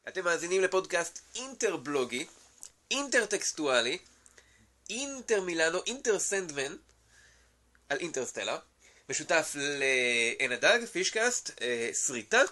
אתם מאזינים לפודקאסט אינטרבלוגי, אינטרטקסטואלי, אינטר מילאנו, אינטר סנדמן, על אינטרסטלר, משותף לעין הדג, פישקאסט, סריטה,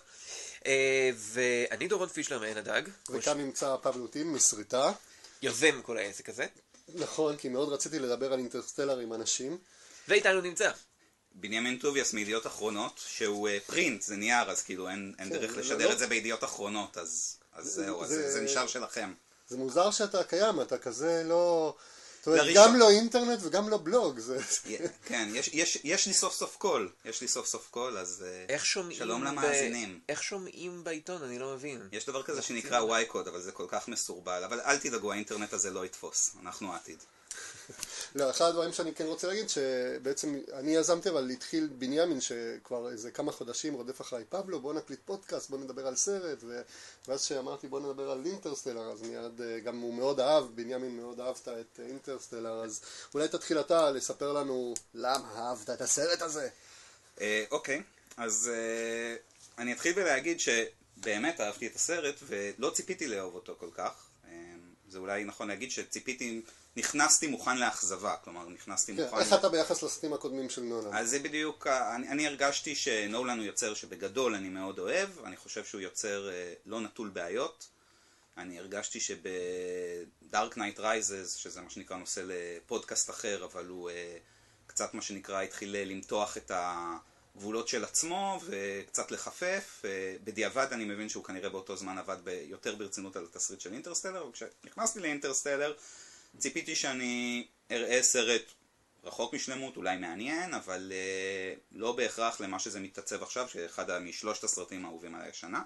ואני דורון פישלר מעין הדג. וכאן נמצא פבלוטין מסריטה. יוזם כל העסק הזה. נכון, כי מאוד רציתי לדבר על אינטרסטלר עם אנשים. ואיתנו נמצא בנימין טוביאס מידיעות אחרונות, שהוא פרינט, זה נייר, אז כאילו אין דרך לשדר את זה בידיעות אחרונות, אז זהו, אז זה נשאר שלכם. זה מוזר שאתה קיים, אתה כזה לא... זאת אומרת, גם לא אינטרנט וגם לא בלוג. כן, יש לי סוף סוף קול, אז שלום למאזינים. איך שומעים בעיתון? אני לא מבין. יש דבר כזה שנקרא וואי-קוד, אבל זה כל כך מסורבל, אבל אל תדאגו, האינטרנט הזה לא יתפוס, אנחנו העתיד. לא, אחד הדברים שאני כן רוצה להגיד, שבעצם אני יזמתי, אבל התחיל בנימין שכבר איזה כמה חודשים רודף אחרי פבלו, בוא נקליט פודקאסט, בוא נדבר על סרט, ואז שאמרתי בוא נדבר על אינטרסטלר, אז מיד גם הוא מאוד אהב, בנימין מאוד אהבת את אינטרסטלר, אז אולי תתחיל אתה לספר לנו למה אהבת את הסרט הזה. אוקיי, אז אני אתחיל בלהגיד שבאמת אהבתי את הסרט, ולא ציפיתי לאהוב אותו כל כך. זה אולי נכון להגיד שציפיתי, נכנסתי מוכן לאכזבה, כלומר נכנסתי מוכן... איך אתה ביחס לסרטים הקודמים של נולן? אז זה בדיוק, אני הרגשתי שנולן הוא יוצר שבגדול אני מאוד אוהב, אני חושב שהוא יוצר לא נטול בעיות. אני הרגשתי שבדארק נייט רייזס, שזה מה שנקרא נושא לפודקאסט אחר, אבל הוא קצת מה שנקרא התחיל למתוח את הגבולות של עצמו וקצת לחפף. בדיעבד אני מבין שהוא כנראה באותו זמן עבד יותר ברצינות על התסריט של אינטרסטלר, וכשנכנסתי לאינטרסטלר ציפיתי שאני אראה סרט רחוק משלמות, אולי מעניין, אבל לא בהכרח למה שזה מתעצב עכשיו, שאחד משלושת הסרטים האהובים עליי השנה.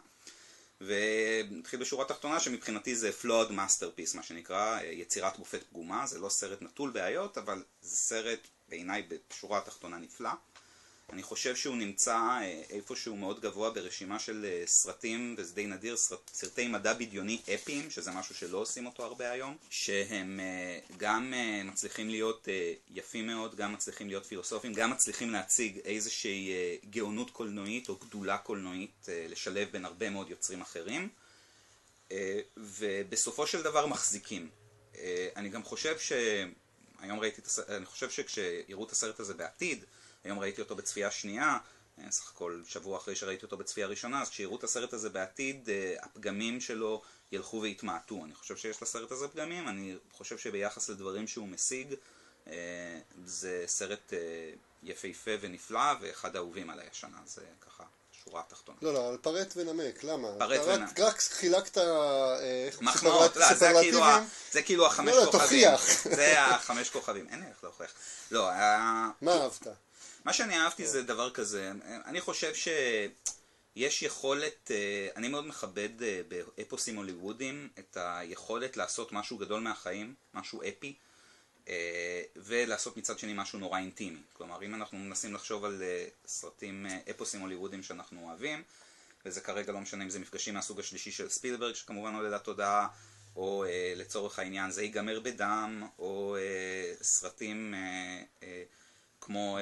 והתחיל בשורה תחתונה שמבחינתי זה flawed masterpiece, מה שנקרא, יצירת מופת פגומה. זה לא סרט נטול בעיות, אבל זה סרט בעיניי בשורה התחתונה נפלא. אני חושב שהוא נמצא איפשהו מאוד גבוה ברשימה של סרטים, וזה די נדיר, סרטי מדע בדיוני אפיים, שזה משהו שלא עושים אותו הרבה היום, שהם גם מצליחים להיות יפים מאוד, גם מצליחים להיות פילוסופיים, גם מצליחים להציג איזושהי גאונות קולנועית או גדולה קולנועית, לשלב בין הרבה מאוד יוצרים אחרים, ובסופו של דבר מחזיקים. אני גם חושב אני חושב שכשיראו את הסרט הזה בעתיד, היום ראיתי אותו בצפייה שנייה, סך הכל שבוע אחרי שראיתי אותו בצפייה ראשונה, אז כשיראו את הסרט הזה בעתיד, הפגמים שלו ילכו והתמעטו. אני חושב שיש לסרט הזה פגמים, אני חושב שביחס לדברים שהוא משיג, זה סרט יפהפה ונפלא, ואחד האהובים עליי השנה, זה ככה שורה תחתונה. לא, פרט ונמק, למה? פרט ונמק. רק חילקת מחמאות, לא, זה כאילו החמש כוכבים. תוכיח. זה החמש כוכבים, אין איך להוכיח. לא, מה אהבת? מה שאני אהבתי זה דבר כזה, אני חושב שיש יכולת, אני מאוד מכבד באפוסים הוליוודיים את היכולת לעשות משהו גדול מהחיים, משהו אפי, ולעשות מצד שני משהו נורא אינטימי. כלומר, אם אנחנו מנסים לחשוב על סרטים אפוסים הוליוודיים שאנחנו אוהבים, וזה כרגע לא משנה אם זה מפגשים מהסוג השלישי של ספילברג, שכמובן עולה לתודעה, או לצורך העניין זה ייגמר בדם, או סרטים כמו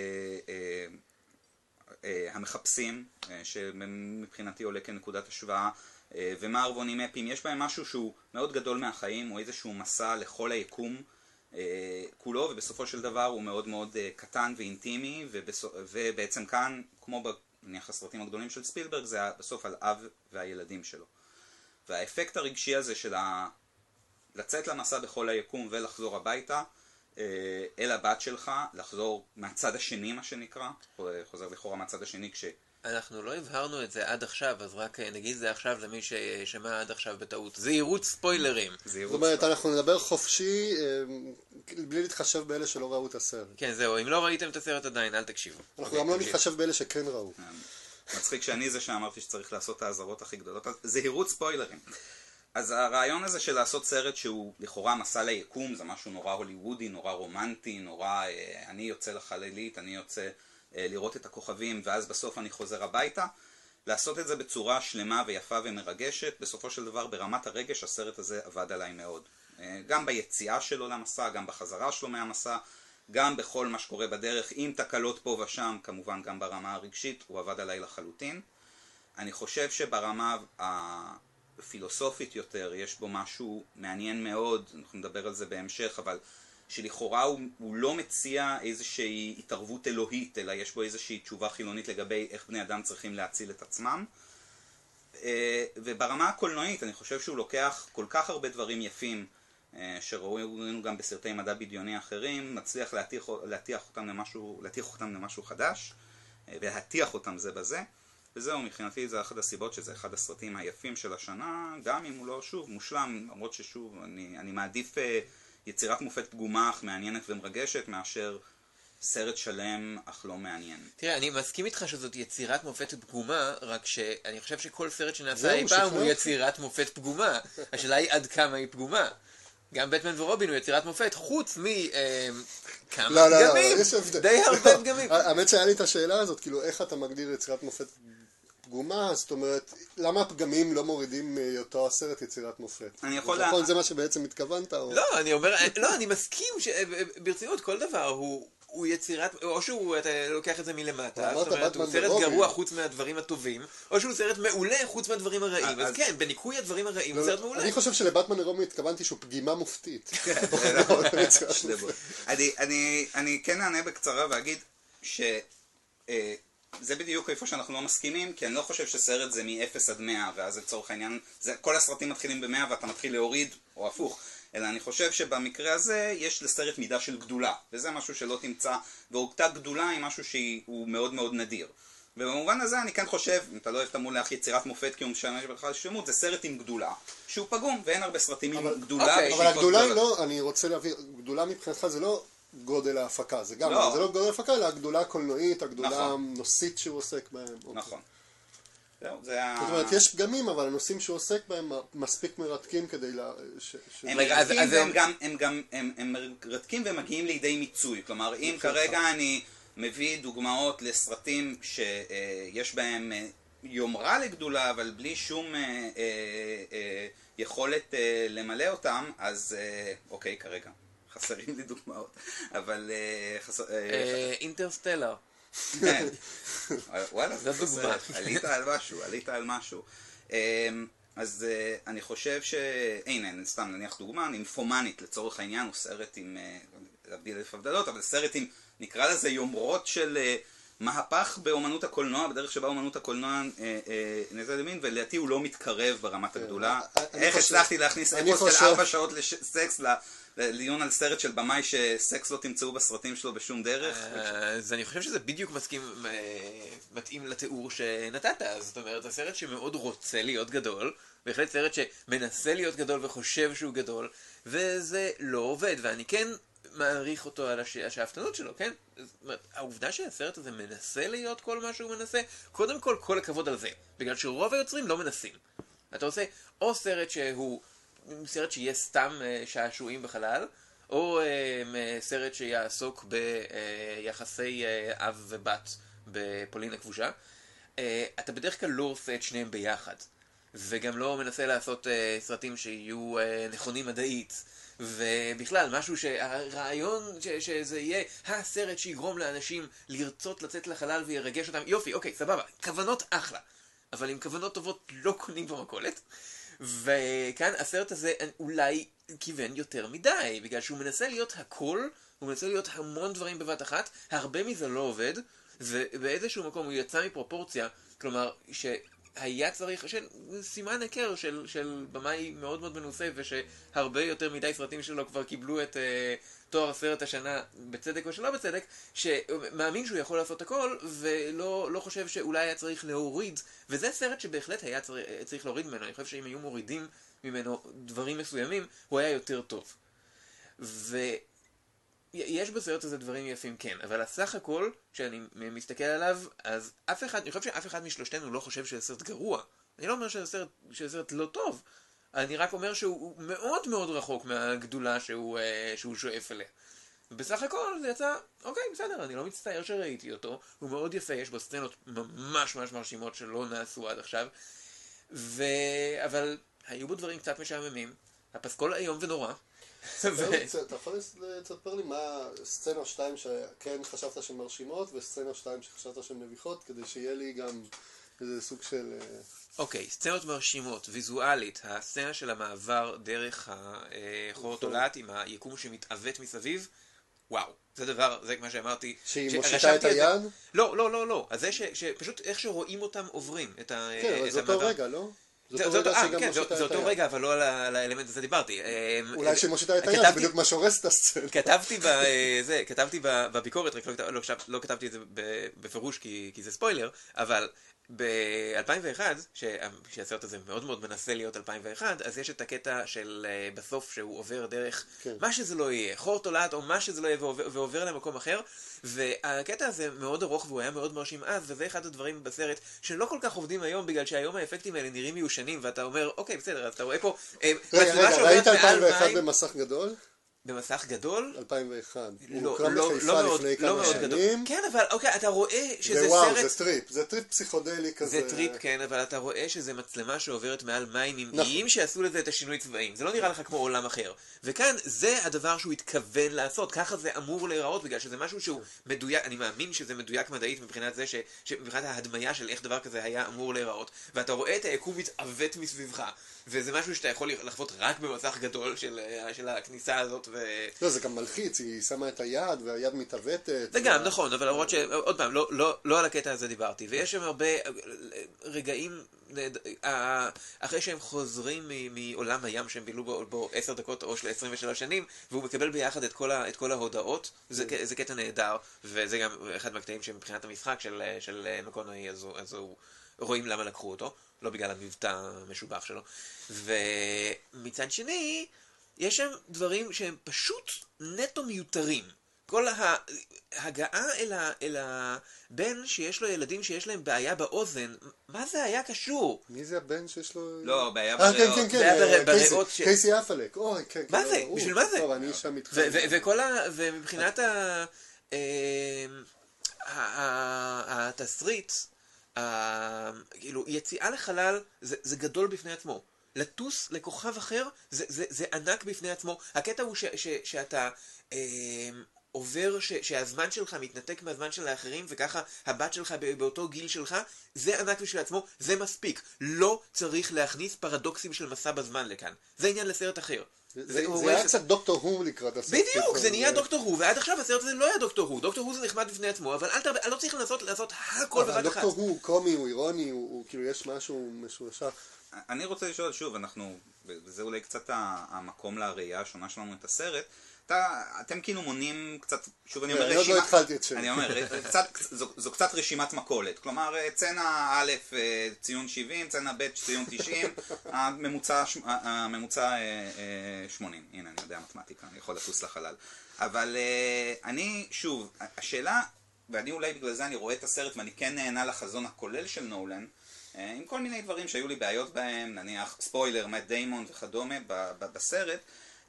המחפשים, שמבחינתי עולה כנקודת השוואה, ומערבונים אפיים, יש בהם משהו שהוא מאוד גדול מהחיים, או איזשהו מסע לכל היקום כולו, ובסופו של דבר הוא מאוד מאוד קטן ואינטימי, ובעצם כאן, כמו בניח הסרטים הגדולים של ספילברג, זה בסוף על אב והילדים שלו. והאפקט הרגשי הזה של לצאת למסע בכל היקום ולחזור הביתה, אל הבת שלך, לחזור מהצד השני מה שנקרא, חוזר לכאורה מהצד השני אנחנו לא הבהרנו את זה עד עכשיו, אז רק נגיד זה עכשיו למי ששמע עד עכשיו בטעות. זהירות ספוילרים. זאת אומרת, אנחנו נדבר חופשי, בלי להתחשב באלה שלא ראו את הסרט. כן, זהו, אם לא ראיתם את הסרט עדיין, אל תקשיבו. אנחנו גם לא נתחשב באלה שכן ראו. מצחיק שאני זה שאמרתי שצריך לעשות את האזהרות הכי גדולות, זהירות ספוילרים. אז הרעיון הזה של לעשות סרט שהוא לכאורה מסע ליקום, זה משהו נורא הוליוודי, נורא רומנטי, נורא אני יוצא לחללית, אני יוצא לראות את הכוכבים, ואז בסוף אני חוזר הביתה. לעשות את זה בצורה שלמה ויפה ומרגשת, בסופו של דבר ברמת הרגש הסרט הזה עבד עליי מאוד. גם ביציאה שלו למסע, גם בחזרה שלו מהמסע, גם בכל מה שקורה בדרך, עם תקלות פה ושם, כמובן גם ברמה הרגשית, הוא עבד עליי לחלוטין. אני חושב שברמה פילוסופית יותר, יש בו משהו מעניין מאוד, אנחנו נדבר על זה בהמשך, אבל שלכאורה הוא לא מציע איזושהי התערבות אלוהית, אלא יש בו איזושהי תשובה חילונית לגבי איך בני אדם צריכים להציל את עצמם. וברמה הקולנועית אני חושב שהוא לוקח כל כך הרבה דברים יפים שראינו גם בסרטי מדע בדיוני אחרים, מצליח להטיח אותם למשהו חדש ולהטיח אותם זה בזה, וזהו, מבחינתי זה אחת הסיבות שזה אחד הסרטים היפים של השנה, גם אם הוא לא שוב מושלם, למרות ששוב אני מעדיף יצירת מופת פגומה אך מעניינת ומרגשת מאשר סרט שלם אך לא מעניין. תראה, אני מסכים איתך שזאת יצירת מופת פגומה, רק שאני חושב שכל סרט שנעשה אי פעם הוא יצירת מופת פגומה. השאלה היא עד כמה היא פגומה. גם בטמן ורובין הוא יצירת מופת, חוץ מכמה פגמים, די הרבה פגמים. האמת שהיה לי את השאלה הזאת, כאילו איך אתה מגדיר יצירת מופת פגומה, זאת אומרת, למה הפגמים לא מורידים מאותו הסרט יצירת מופת? אני יכול זה מה שבעצם התכוונת? לא, אני אומר, לא, אני מסכים שברצינות כל דבר הוא יצירת, או שהוא לוקח את זה מלמטה, זאת אומרת, הוא סרט גרוע חוץ מהדברים הטובים, או שהוא סרט מעולה חוץ מהדברים הרעים, אז כן, בניקוי הדברים הרעים הוא סרט מעולה. אני חושב שלבטמן ורובין התכוונתי שהוא פגימה מופתית. אני כן אענה בקצרה ואגיד זה בדיוק איפה שאנחנו לא מסכימים, כי אני לא חושב שסרט זה מ-0 עד 100, ואז לצורך העניין, כל הסרטים מתחילים ב-100 ואתה מתחיל להוריד, או הפוך. אלא אני חושב שבמקרה הזה יש לסרט מידה של גדולה, וזה משהו שלא תמצא, ואותה גדולה היא משהו שהוא מאוד מאוד נדיר. ובמובן הזה אני כן חושב, אם אתה לא אוהב את המונח יצירת מופת כי הוא משמש בכלל שלמות, זה סרט עם גדולה, שהוא פגום, ואין הרבה סרטים עם גדולה. אבל הגדולה היא לא, אני רוצה להביא, גדולה מבחינתך זה לא גודל ההפקה, זה גם, זה לא גודל ההפקה, אלא הגדולה הקולנועית, הגדולה הנושאית שהוא עוסק בהם. נכון. זאת אומרת, יש פגמים, אבל הנושאים שהוא עוסק בהם מספיק מרתקים כדי הם מרתקים והם מגיעים לידי מיצוי. כלומר, אם כרגע אני מביא דוגמאות לסרטים שיש בהם יומרה לגדולה, אבל בלי שום יכולת למלא אותם, אז אוקיי, כרגע חסרים לי דוגמאות, אבל אינטרסטלר. וואלה, עלית על משהו. אז אני חושב הנה, סתם נניח דוגמה, נימפומנית לצורך העניין, הוא סרט עם, להבדיל אלף הבדלות, אבל סרט עם, נקרא לזה יומרות של מהפך באומנות הקולנוע, בדרך שבה אומנות הקולנוע נעשה למין, ולדעתי הוא לא מתקרב ברמת הגדולה. איך הצלחתי להכניס אפוס של 4 שעות לסקס לעיון על סרט של במאי שסקס לא תמצאו בסרטים שלו בשום דרך? אז אני חושב שזה בדיוק מתאים לתיאור שנתת. זאת אומרת, זה סרט שמאוד רוצה להיות גדול, בהחלט סרט שמנסה להיות גדול וחושב שהוא גדול, וזה לא עובד, ואני כן מעריך אותו על השאפתנות שלו, כן? זאת אומרת, העובדה שהסרט הזה מנסה להיות כל מה שהוא מנסה, קודם כל הכבוד על זה, בגלל שרוב היוצרים לא מנסים. אתה עושה או סרט שהוא סרט שיהיה סתם שעשועים בחלל, או סרט שיעסוק ביחסי אב ובת בפולין הכבושה. אתה בדרך כלל לא עושה את שניהם ביחד, וגם לא מנסה לעשות סרטים שיהיו נכונים מדעית, ובכלל משהו שהרעיון שזה יהיה הסרט שיגרום לאנשים לרצות לצאת לחלל וירגש אותם. יופי, אוקיי, סבבה, כוונות אחלה, אבל עם כוונות טובות לא קונים במכולת. וכאן הסרט הזה אולי כיוון יותר מדי, בגלל שהוא מנסה להיות הכל, הוא מנסה להיות המון דברים בבת אחת, הרבה מזה לא עובד, ובאיזשהו מקום הוא יצא מפרופורציה, כלומר שהיה צריך, סימן הכר של במאי מאוד מאוד מנוסה, ושהרבה יותר מדי סרטים שלו כבר קיבלו את תואר הסרט השנה, בצדק או שלא בצדק, שמאמין שהוא יכול לעשות הכל, ולא חושב שאולי היה צריך להוריד, וזה סרט שבהחלט היה צריך להוריד ממנו. אני חושב שאם היו מורידים ממנו דברים מסוימים, הוא היה יותר טוב. ויש בסרט הזה דברים יפים, כן, אבל הסך הכל, כשאני מסתכל עליו, אז אני חושב שאף אחד משלושתנו לא חושב שזה סרט גרוע. אני לא אומר שזה סרט לא טוב, אני רק אומר שהוא מאוד מאוד רחוק מהגדולה שהוא שואף אליה. בסך הכל זה יצא, אוקיי, בסדר, אני לא מצטער שראיתי אותו, הוא מאוד יפה, יש בו סצנות ממש ממש מרשימות שלא נעשו עד עכשיו, אבל היו בו דברים קצת משעממים, הפסקול איום ונורא. אתה יכול לספר לי מה סצנה 2 שכן חשבת שהן מרשימות, וסצנה 2 שחשבת שהן מביכות, כדי שיהיה לי גם איזה סוג של... אוקיי, סצנות מרשימות, ויזואלית, הסצנה של המעבר דרך החור תולעת עם היקום שמתעוות מסביב, וואו, זה דבר, זה מה שאמרתי. שהיא מושיטה את היד? לא, לא, לא, לא, אז זה שפשוט איך שרואים אותם עוברים את המעבר. כן, אבל זה אותו רגע, לא? זה אותו רגע, אבל לא על האלמנט הזה דיברתי. אולי שהיא מושיטה את היד, זה בדיוק מה שהורס את הסצנה. כתבתי בביקורת, רק לא כתבתי את זה בפירוש כי זה ספוילר, אבל ב-2001, שהסרט הזה מאוד מאוד מנסה להיות 2001, אז יש את הקטע של בסוף שהוא עובר דרך מה שזה לא יהיה, חור תולעת או מה שזה לא יהיה ועובר למקום אחר, והקטע הזה מאוד ארוך והוא היה מאוד מרשים אז, וזה אחד הדברים בסרט שלא כל כך עובדים היום, בגלל שהיום האפקטים האלה נראים מיושנים, ואתה אומר, אוקיי, בסדר, אז אתה רואה פה... רגע, ראית 2001 במסך גדול? במסך גדול? 2001. הוא לא, הוקרם לא בחיפה מאוד, לפני לא כמה מאוד גדול. שנים. כן, אבל אוקיי, אתה רואה שזה וואו, סרט... זה טריפ פסיכודלי כזה. זה טריפ, כן, אבל אתה רואה שזה מצלמה שעוברת מעל מים עם איים שעשו לזה את השינוי צבעים. זה לא נראה לך כמו עולם אחר. וכאן זה הדבר שהוא התכוון לעשות. ככה זה אמור להיראות, בגלל שזה משהו שהוא מדויק, אני מאמין שזה מדויק מדעית מבחינת זה, מבחינת ההדמיה של איך דבר כזה היה אמור להיראות. ואתה רואה את היקום מתעוות מסביבך. וזה משהו שאתה יכול לחוות רק במסך גדול של הכניסה הזאת. לא, זה גם מלחיץ, היא שמה את היד והיד מתעוותת. זה גם, נכון, אבל למרות שעוד פעם, לא על הקטע הזה דיברתי. ויש שם הרבה רגעים, אחרי שהם חוזרים מעולם הים שהם בילו בו 10 דקות או 23 שנים, והוא מקבל ביחד את כל ההודעות, זה קטע נהדר, וזה גם אחד מהקטעים שמבחינת המשחק של מקונאי, אז רואים למה לקחו אותו. לא בגלל המבטא המשובח שלו. ומצד שני, יש שם דברים שהם פשוט נטו מיותרים. כל ההגעה אל הבן שיש לו ילדים שיש להם בעיה באוזן, מה זה היה קשור? מי זה הבן שיש לו... לא, בעיה בריאות. כן, כן, בריאות קייסי אפלק. מה זה? בשביל מה זה? טוב, אני שם איתך. ומבחינת התסריט, כאילו, יציאה לחלל זה גדול בפני עצמו. לטוס לכוכב אחר זה ענק בפני עצמו. הקטע הוא שאתה עובר, שהזמן שלך מתנתק מהזמן של האחרים, וככה הבת שלך באותו גיל שלך, זה ענק בשביל עצמו, זה מספיק. לא צריך להכניס פרדוקסים של מסע בזמן לכאן. זה עניין לסרט אחר. זה היה קצת דוקטור הו לקראת הסרט. בדיוק, זה נהיה דוקטור הו, ועד עכשיו הסרט הזה לא היה דוקטור הו. דוקטור הו זה נחמד בפני עצמו, אבל לא צריך לעשות הכל בבת אחת. דוקטור הו קומי, הוא אירוני, הוא כאילו יש משהו משועשע. אני רוצה לשאול שוב, וזה אולי קצת המקום לראייה השונה שלנו את הסרט, אתם כאילו מונים קצת, שוב אני אומר רשימה, אני עוד לא התחלתי את שלי. אני אומר, זו קצת רשימת מכולת, כלומר צנע א' ציון 70, צנע ב' ציון 90, הממוצע 80, הנה אני יודע מתמטיקה, אני יכול לטוס לחלל, אבל אני שוב, השאלה, ואני אולי בגלל זה אני רואה את הסרט ואני כן נהנה לחזון הכולל של נולן, עם כל מיני דברים שהיו לי בעיות בהם, נניח ספוילר, מאט דיימון וכדומה בסרט,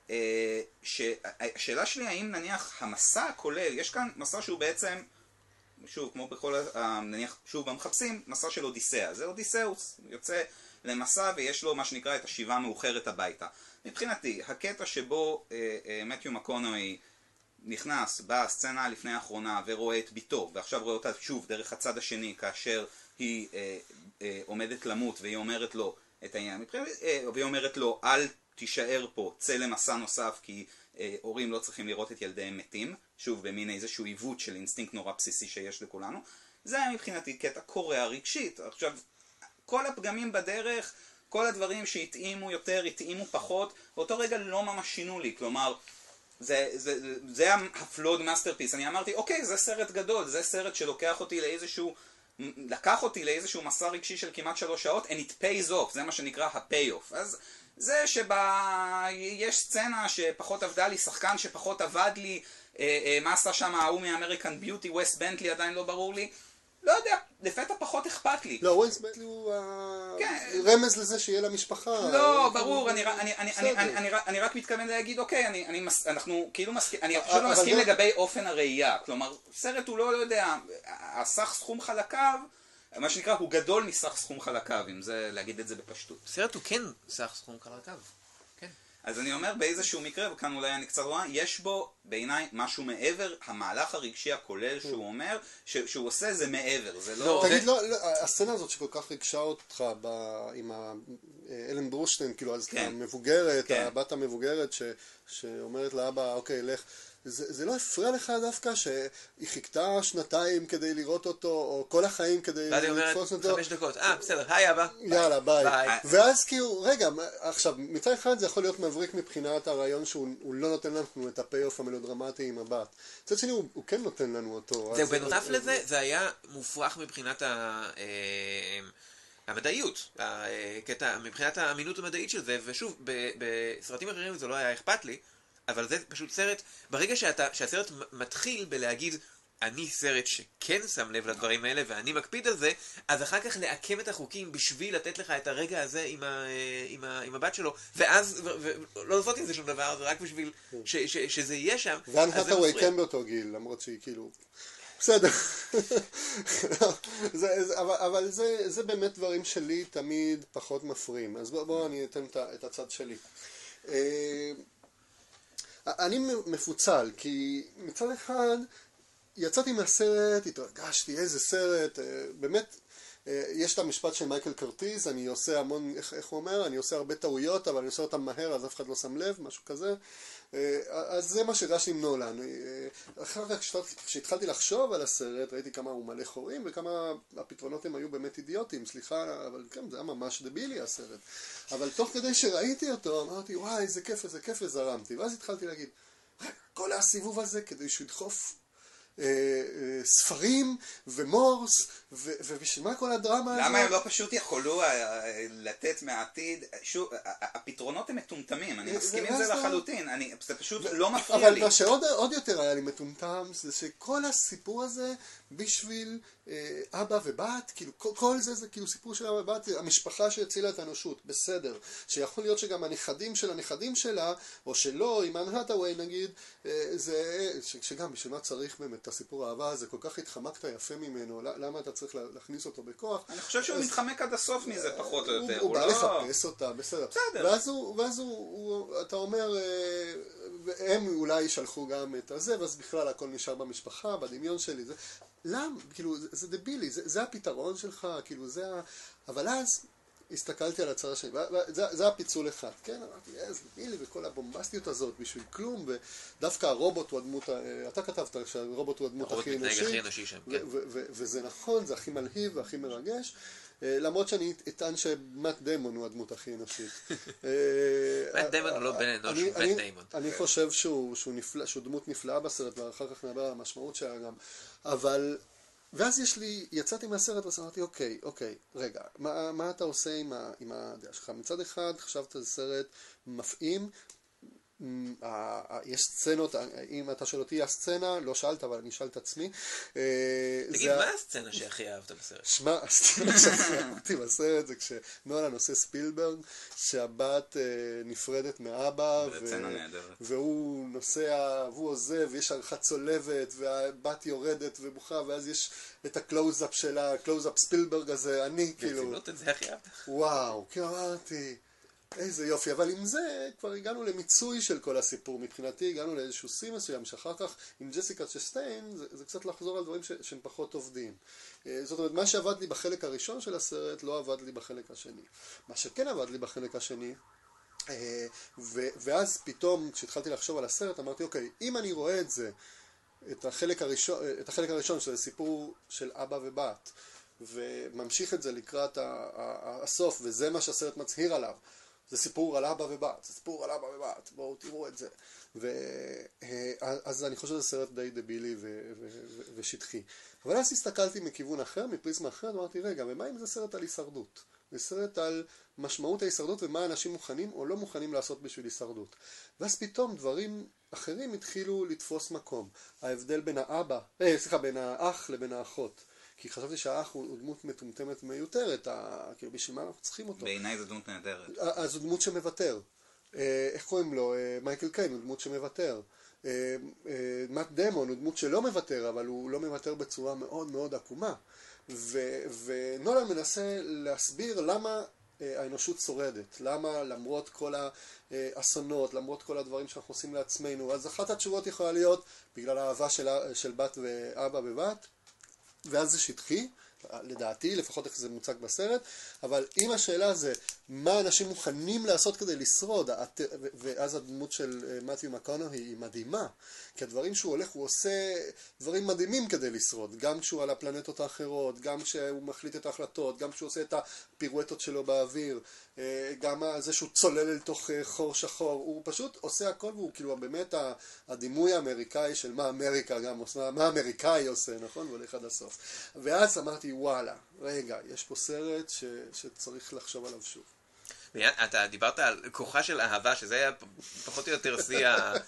השאלה שלי האם נניח המסע הכולל, יש כאן מסע שהוא בעצם, שוב כמו בכל, נניח שוב במחפשים, מסע של אודיסאה, זה אודיסאוס, יוצא למסע ויש לו מה שנקרא את השיבה המאוחרת הביתה. מבחינתי, הקטע שבו מתיו מקונאי נכנס בסצנה לפני האחרונה ורואה את ביתו, ועכשיו רואה אותה שוב דרך הצד השני כאשר היא עומדת למות והיא אומרת לו את העניין, והיא אומרת לו אל תישאר פה, צא למסע נוסף כי הורים לא צריכים לראות את ילדיהם מתים, שוב במין איזשהו עיוות של אינסטינקט נורא בסיסי שיש לכולנו. זה היה מבחינתי קטע קורע רגשית. עכשיו, כל הפגמים בדרך, כל הדברים שהתאימו יותר, התאימו פחות, באותו רגע לא ממש שינו לי, כלומר, זה הפלוד מאסטרפיס. אני אמרתי, אוקיי, זה סרט גדול, זה סרט שלוקח אותי לאיזשהו מסע רגשי של כמעט 3 שעות, and it pays off, זה מה שנקרא ה-payoff. אז זה יש סצנה שפחות עבדה לי, שחקן שפחות עבד לי, מה עשה שם ההוא מאמריקן ביוטי, ווס בנטלי, עדיין לא ברור לי. לא יודע, לפתע פחות אכפת לי. לא, ווס בנטלי הוא רמז לזה שיהיה למשפחה. לא, ברור, אני רק מתכוון להגיד, אוקיי, אנחנו כאילו אני פשוט לא מסכים לגבי אופן הראייה. כלומר, סרט הוא לא יודע, הסך סכום חלקיו, מה שנקרא, הוא גדול מסך סכום חלקיו, אם זה להגיד את זה בפשטות. סרט הוא כן סך סכום חלקיו, כן. אז אני אומר באיזשהו מקרה, וכאן אולי אני קצת רואה, יש בו בעיניי משהו מעבר, המהלך הרגשי הכולל שהוא אומר, שהוא עושה זה מעבר, זה לא... תגיד, הסצנה הזאת שכל כך ריגשה אותך עם אלן ברושטיין, כאילו אז המבוגרת, הבת המבוגרת שאומרת לאבא, אוקיי, לך, זה לא הפריע לך דווקא שהיא חיכתה שנתיים כדי לראות אותו, או כל החיים כדי לתפוס אותו? 5 דקות, בסדר, היי אבא. יאללה, ביי. ואז כאילו, רגע, עכשיו, מצד אחד זה יכול להיות מבריק מבחינת הרעיון שהוא לא נותן לנו את הפי-אוף המלודרמטי עם הבת. מצד שני, הוא כן נותן לנו אותו. זהו, בנוסף לזה, זה היה מופרך מבחינת המדעיות, מבחינת האמינות המדעית של זה, ושוב, בסרטים אחרים זה לא היה אכפת לי, אבל זה פשוט סרט, ברגע שהסרט מתחיל בלהגיד, אני סרט שכן שם לב לדברים האלה ואני מקפיד על זה, אז אחר כך לעקם את החוקים בשביל לתת לך את הרגע הזה עם הבת שלו, ואז לא לעשות עם זה שום דבר, זה רק בשביל שזה יהיה שם. ואן האטווי כן באותו גיל, למרות שהיא כאילו... בסדר. אבל זה באמת דברים שלי תמיד פחות מפריעים. אז בואו אני אתן את הצד שלי. אני מפוצל, כי מצד אחד יצאתי מהסרט, התרגשתי, איזה סרט, באמת, יש את המשפט של מייקל קרטיז, אני עושה המון, איך הוא אומר, אני עושה הרבה טעויות, אבל אני עושה אותם מהר, אז אף אחד לא שם לב, משהו כזה. אז זה מה שהרגשתי עם נולן. אחר כך כשהתחלתי לחשוב על הסרט, ראיתי כמה הוא מלא חורים, וכמה הפתרונות הם היו באמת אידיוטיים, סליחה, אבל כן, זה היה ממש דבילי הסרט. אבל תוך כדי שראיתי אותו, אמרתי, וואי, איזה כיף, וזרמתי. ואז התחלתי להגיד, כל הסיבוב הזה כדי שהוא ידחוף ספרים ומורס, ובשביל מה כל הדרמה הזאת? למה הם לא פשוט יכולו לתת מהעתיד? שוב, הפתרונות הם מטומטמים, אני מסכים עם זה לחלוטין, זה פשוט לא מפריע לי. אבל מה שעוד יותר היה לי מטומטם, זה שכל הסיפור הזה בשביל אבא ובת, כאילו כל זה כאילו סיפור של אבא ובת, המשפחה שהצילה את האנושות, בסדר. שיכול להיות שגם הנכדים של הנכדים שלה, או שלא, עם אן האטווי נגיד, זה שגם בשביל מה צריך באמת את הסיפור האהבה הזה, כל כך התחמקת יפה ממנו, למה אתה צריך להכניס אותו בכוח? אני חושב שהוא מתחמק עד הסוף מזה פחות או יותר. הוא בא לחפש אותה, בסדר. ואז אתה אומר, הם אולי שלחו גם את הזה, ואז בכלל הכל נשאר במשפחה, בדמיון שלי. למה? כאילו, זה דבילי, זה הפתרון שלך, כאילו, אבל אז הסתכלתי על הצד השני, זה הפיצול אחד, כן? אמרתי, זה דבילי, וכל הבומבסטיות הזאת בשביל כלום, ודווקא הרובוט הוא הדמות, אתה כתבת שהרובוט הוא הדמות הכי אנושית, וזה נכון, זה הכי מלהיב והכי מרגש, למרות שאני אטען שמאט דיימון הוא הדמות הכי אנושית. מאט דיימון הוא לא בן אנוש, הוא מאט דיימון. אני חושב שהוא דמות נפלאה בסרט, ואחר כך נדבר על המשמעות שלה גם. אבל, ואז יצאתי מהסרט ואמרתי, אוקיי, רגע, מה אתה עושה עם הדעה שלך? מצד אחד חשבת שזה סרט מפעים, יש סצנות, אם אתה שואל אותי הסצנה, לא שאלת אבל אני אשאל את עצמי. תגיד, מה הסצנה שהכי אהבת בסרט? שמע, הסצנה שהכי אהבתי בסרט זה כשנולן עושה ספילברג, שהבת נפרדת מאבא, והוא נוסע, והוא עוזב, ויש עריכת צולבת, והבת יורדת ובוכה, ואז יש את הקלוז-אפ שלה, הקלוז-אפ ספילברג הזה, אני כאילו... ברצינות את זה הכי אהבת? וואו, כי אמרתי... איזה יופי, אבל עם זה כבר הגענו למיצוי של כל הסיפור מבחינתי, הגענו לאיזשהו שיא מסוים שאחר כך עם ג'סיקה צ'סטיין זה קצת לחזור על דברים שהם פחות עובדים. זאת אומרת, מה שעבד לי בחלק הראשון של הסרט לא עבד לי בחלק השני. מה שכן עבד לי בחלק השני, ואז פתאום כשהתחלתי לחשוב על הסרט אמרתי, אוקיי, אם אני רואה את זה, את החלק הראשון של סיפור של אבא ובת, וממשיך את זה לקראת הסוף, וזה מה שהסרט מצהיר עליו, זה סיפור על אבא ובת, זה סיפור על אבא ובת, בואו תראו את זה. אז אני חושב שזה סרט די דבילי ושטחי. אבל אז הסתכלתי מכיוון אחר, מפריזמה אחרת, אמרתי, רגע, ומה אם זה סרט על הישרדות? זה סרט על משמעות ההישרדות ומה אנשים מוכנים או לא מוכנים לעשות בשביל הישרדות. ואז פתאום דברים אחרים התחילו לתפוס מקום. ההבדל בין האח לבין האחות. כי חשבתי שהאח הוא דמות מטומטמת מיותרת, כאילו בשביל מה אנחנו צריכים אותו? בעיניי זו דמות נהדרת. אז הוא דמות שמוותר. איך קוראים לו? מייקל קיין הוא דמות שמוותר. מאט דיימון הוא דמות שלא מוותר, אבל הוא לא מוותר בצורה מאוד מאוד עקומה. ונולן מנסה להסביר למה האנושות שורדת? למה למרות כל האסונות, למרות כל הדברים שאנחנו עושים לעצמנו? אז אחת התשובות יכולה להיות בגלל האהבה של בת ואבא בבת, ואז זה שטחי, לדעתי, לפחות איך זה מוצג בסרט, אבל אם השאלה זה מה אנשים מוכנים לעשות כדי לשרוד, ואז הדמות של מתיו מקונאהי היא מדהימה, כי הדברים שהוא הולך, הוא עושה דברים מדהימים כדי לשרוד, גם כשהוא על הפלנטות האחרות, גם כשהוא מחליט את ההחלטות, גם כשהוא עושה את הפירואטות שלו באוויר, גם זה שהוא צולל אל תוך חור שחור, הוא פשוט עושה הכל, והוא כאילו באמת הדימוי האמריקאי של מה אמריקה גם עושה, מה האמריקאי עושה, נכון? הוא הולך עד הסוף. ואז אמרתי, וואלה, רגע, יש פה סרט שצריך לחשוב עליו שוב. אתה דיברת על כוחה של אהבה, שזה היה פחות או יותר שיא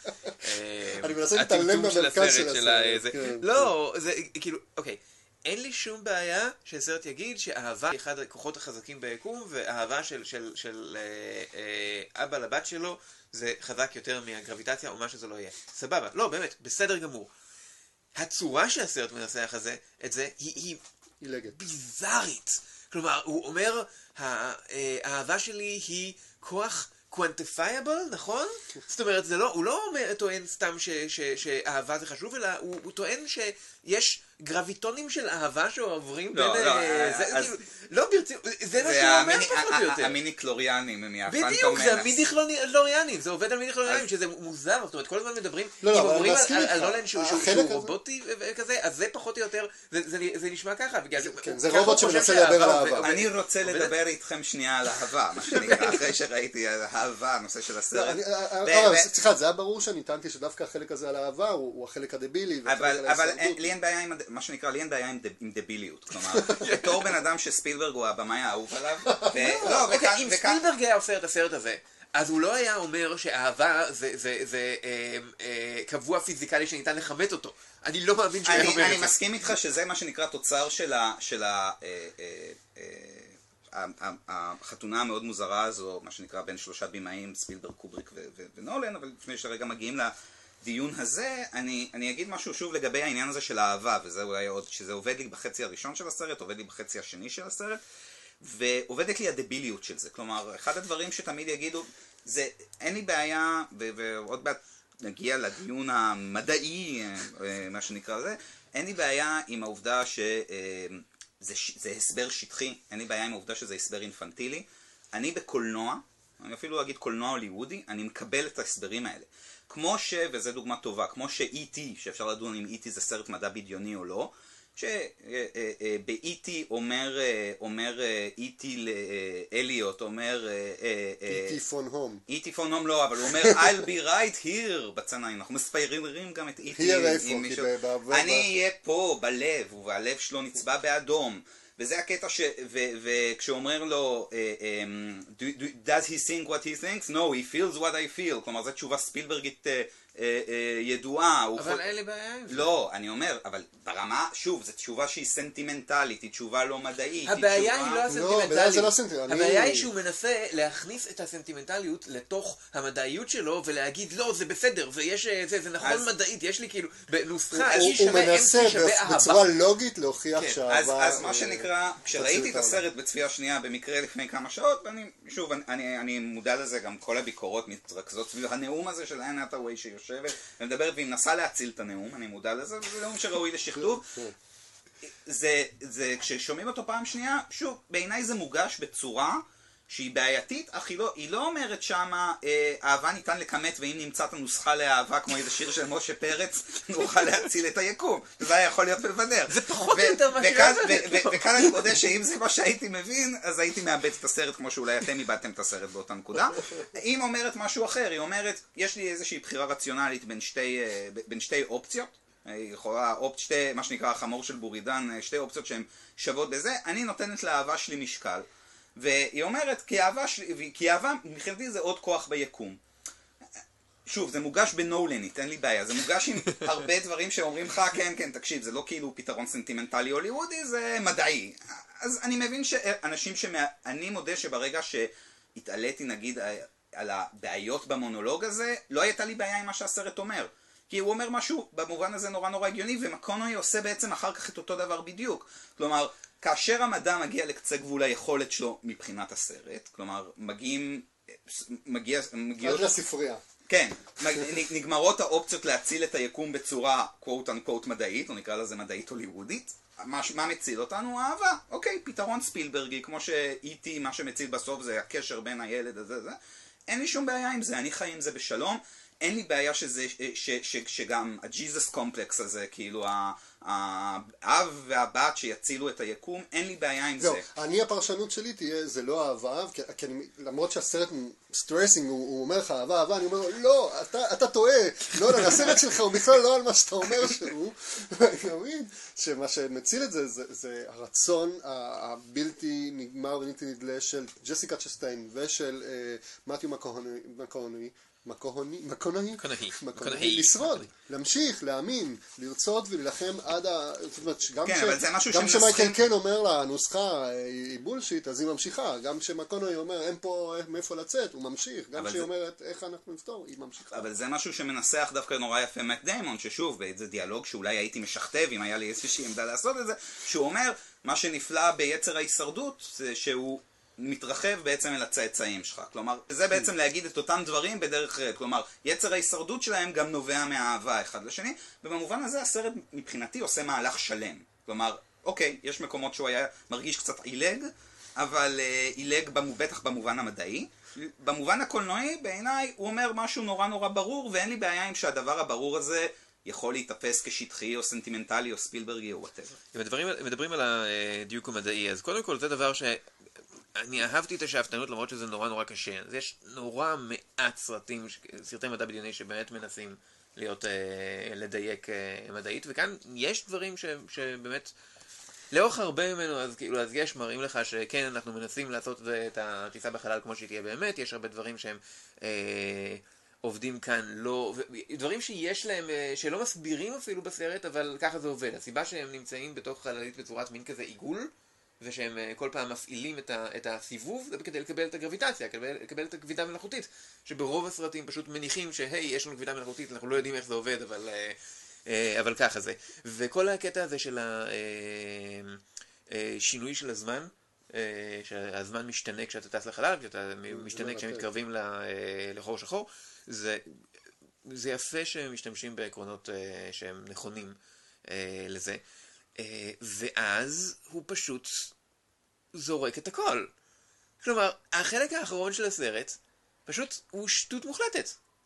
אני מנסה להתעלם במרכז של הסרט. לא, זה כאילו, אוקיי. אין לי שום בעיה שהסרט יגיד שאהבה היא אחד הכוחות החזקים ביקום, ואהבה של אבא לבת שלו זה חזק יותר מהגרביטציה או מה שזה לא יהיה. סבבה, לא, באמת, בסדר גמור. הצורה שהסרט מנסח את זה היא ביזארית. כלומר, הוא אומר, האהבה שלי היא כוח quantifiable, נכון? זאת אומרת, הוא לא טוען סתם שאהבה זה חשוב, אלא הוא טוען שיש גרביטונים של אהבה שעוברים בין... לא ברצינות, זה מה שהוא אומר פחות או יותר. המיני קלוריאנים הם מהפנטום מנס. בדיוק, זה המיני קלוריאנים, זה עובד על מיני קלוריאנים, שזה מוזר, זאת אומרת, כל הזמן מדברים, אם אומרים על נולן שהוא רובוטי וכזה, אז זה פחות או יותר, זה נשמע ככה. זה רובוט שמנסה לדבר על אהבה. אני רוצה לדבר איתכם שנייה על אהבה, מה שנקרא, אחרי שראיתי אהבה, הנושא של הסרט. סליחה, זה היה ברור שאני טענתי שדווקא החלק הזה על האהבה הוא החלק הדבילי. אבל לי אין בעיה עם, מה שנקרא, לי אין בעיה עם דביליות. כלומר, בתור בן אדם שספילברג הוא הבמאי האהוב עליו. אם ספילברג היה עושה את הסרט הזה, אז הוא לא היה אומר שאהבה זה קבוע פיזיקלי שניתן לכמת אותו. אני לא מאמין שהוא היה אומר את זה. אני מסכים איתך שזה מה שנקרא תוצר של החתונה המאוד מוזרה הזו, מה שנקרא בין שלושה בימאים, ספילברג, קובריק ונולן, אבל לפני שרגע מגיעים לדיון הזה, אני אגיד משהו שוב לגבי העניין הזה של האהבה, וזה אולי עוד, שזה עובד לי בחצי הראשון של הסרט, עובד לי בחצי השני של הסרט, ועובדת לי הדביליות של זה. כלומר, אחד הדברים שתמיד יגידו, זה אין לי בעיה, ועוד מעט נגיע לדיון המדעי, מה שנקרא זה, אין לי בעיה עם העובדה זה הסבר שטחי, אין לי בעיה עם העובדה שזה הסבר אינפנטילי. אני בקולנוע, אני אפילו אגיד קולנוע הוליוודי, אני מקבל את ההסברים האלה. כמו וזו דוגמה טובה, כמו ש-E.T., שאפשר לדון אם E.T. זה סרט מדע בדיוני או לא, שב-E.T. אומר E.T. לאליוט, אומר... E.T. פון הום. E.T. פון הום לא, אבל הוא אומר I'll be right here בצנאים, אנחנו מספיירים גם את E.T. אני אהיה פה בלב, והלב שלו נצבע באדום. וזה הקטע וכשאומר לו does he think what he thinks? No, he feels what I feel. כלומר, זו תשובה ספילברגית ידועה. אבל אין לי בעיה עם זה. לא, אני אומר, אבל ברמה, שוב, זו תשובה שהיא סנטימנטלית, היא תשובה לא מדעית. הבעיה היא לא הסנטימנטליות. לא, הבעיה היא שהוא מנסה להכניס את הסנטימנטליות לתוך המדעיות שלו, ולהגיד, לא, זה בסדר, זה נכון מדעית, יש לי כאילו, בנוסחה, הוא מנסה בצורה לוגית להוכיח שהאהבה... אז מה שנקרא, כשראיתי את הסרט בצפייה שנייה במקרה לפני כמה שעות, שוב, אני מודע לזה, גם כל הביקורות מתרכזות סביב הנאום הזה של אן האת'ווי שיושבת ומדברת והיא מנסה להציל את הנאום, אני מודע לזה, זה נאום שראוי לשכתוב. זה כששומעים אותו פעם שנייה, שוב, בעיניי זה מוגש בצורה שהיא בעייתית, אך היא לא אומרת שמה אהבה ניתן לכמת, ואם נמצא את הנוסחה לאהבה כמו איזה שיר של משה פרץ, נוכל להציל את היקום. זה היה יכול להיות מבדר. זה פחות או יותר מה וכאן אני מודה שאם זה מה שהייתי מבין, אז הייתי מאבד את הסרט כמו שאולי אתם איבדתם את הסרט באותה נקודה. היא אומרת משהו אחר, היא אומרת, יש לי איזושהי בחירה רציונלית בין שתי אופציות, יכולה מה שנקרא החמור של בורידן, שתי אופציות שהן שוות בזה, אני נותנת לאהבה שלי משקל. והיא אומרת, כי אהבה מבחינתי זה עוד כוח ביקום. שוב, זה מוגש בנולנית, אין לי בעיה. זה מוגש עם הרבה דברים שאומרים לך, כן, תקשיב, זה לא כאילו פתרון סנטימנטלי הוליוודי, זה מדעי. אז אני מבין שאנשים אני מודה שברגע שהתעליתי נגיד על הבעיות במונולוג הזה, לא הייתה לי בעיה עם מה שהסרט אומר. כי הוא אומר משהו במובן הזה נורא הגיוני, ומקונאהי עושה בעצם אחר כך את אותו דבר בדיוק. כלומר, כאשר המדע מגיע לקצה גבול היכולת שלו מבחינת הסרט, כלומר, מגיעות... עד לספרייה. כן, נגמרות האופציות להציל את היקום בצורה quote unquote מדעית, או נקרא לזה מדעית הוליוודית. מה מציל אותנו? אהבה. אוקיי, פתרון ספילברגי, כמו ש-E.T. מה שמציל בסוף זה הקשר בין הילד הזה. אין לי שום בעיה עם זה, אני חי עם זה בשלום. אין לי בעיה שגם הג'יזוס קומפלקס הזה, כאילו האב והבת שיצילו את היקום, אין לי בעיה עם זה. אני הפרשנות שלי תהיה, זה לא אהבה, כי למרות שהסרט סטרסינג, הוא אומר לך אהבה, אני אומר לו, לא, אתה טועה, לא, הסרט שלך הוא בכלל לא על מה שאתה אומר שהוא, ואני מבין שמה שמציל את זה, זה הרצון הבלתי נגמר ובלתי נדלה של ג'סיקה צ'סטיין ושל מתיו מקונהי, לשרוד, להמשיך, להאמין, לרצות וללחם עד גם שמייקל קן אומר לה, הנוסחה היא בולשיט, אז היא ממשיכה, גם שמקונהי אומר, אין פה מאיפה לצאת, הוא ממשיך, גם שהיא אומרת, איך אנחנו נפתור, היא ממשיכה. אבל זה משהו שמנסח דווקא נורא יפה מאט דיימון, ששוב, באיזה דיאלוג שאולי הייתי משכתב, אם היה לי איזושהי עמדה לעשות את זה, שהוא אומר, מה שנפלא ביצר ההישרדות, זה שהוא מתרחב בעצם אל הצאצאים שלך. כלומר, זה בעצם להגיד את אותם דברים בדרך אחרת. כלומר, יצר ההישרדות שלהם גם נובע מהאהבה אחד לשני, ובמובן הזה הסרט מבחינתי עושה מהלך שלם. כלומר, אוקיי, יש מקומות שהוא היה מרגיש קצת עילג, אבל עילג בטח במובן המדעי. במובן הקולנועי, בעיניי, הוא אומר משהו נורא נורא ברור, ואין לי בעיה עם שהדבר הברור הזה יכול להתאפס כשטחי או סנטימנטלי או ספילברגי או whatever. אם מדברים על הדיוק המדעי, אז קודם כל זה דבר אני אהבתי את השאפתנות למרות שזה נורא נורא קשה. אז יש נורא מעט סרטי מדע בדיוני שבאמת מנסים לדייק מדעית, וכאן יש דברים שבאמת לאורך הרבה ממנו, אז יש מראים לך שכן, אנחנו מנסים לעשות את הטיסה בחלל כמו שהיא תהיה באמת, יש הרבה דברים שהם עובדים כאן, דברים שיש להם, שלא מסבירים אפילו בסרט, אבל ככה זה עובד. הסיבה שהם נמצאים בתוך חללית בצורת מין כזה עיגול, ושהם כל פעם מפעילים את הסיבוב, זה כדי לקבל את הגרביטציה, לקבל את הכבידה המלאכותית, שברוב הסרטים פשוט מניחים שהי, יש לנו כבידה מלאכותית, אנחנו לא יודעים איך זה עובד, אבל ככה זה. וכל הקטע הזה של השינוי של הזמן, שהזמן משתנה כשאתה טס לחלל, כשאתה משתנה כשמתקרבים לחור שחור, זה יפה שהם משתמשים בעקרונות שהם נכונים לזה. ואז הוא פשוט זורק את הכל. כלומר, החלק האחרון של הסרט פשוט הוא שטות מוחלטת.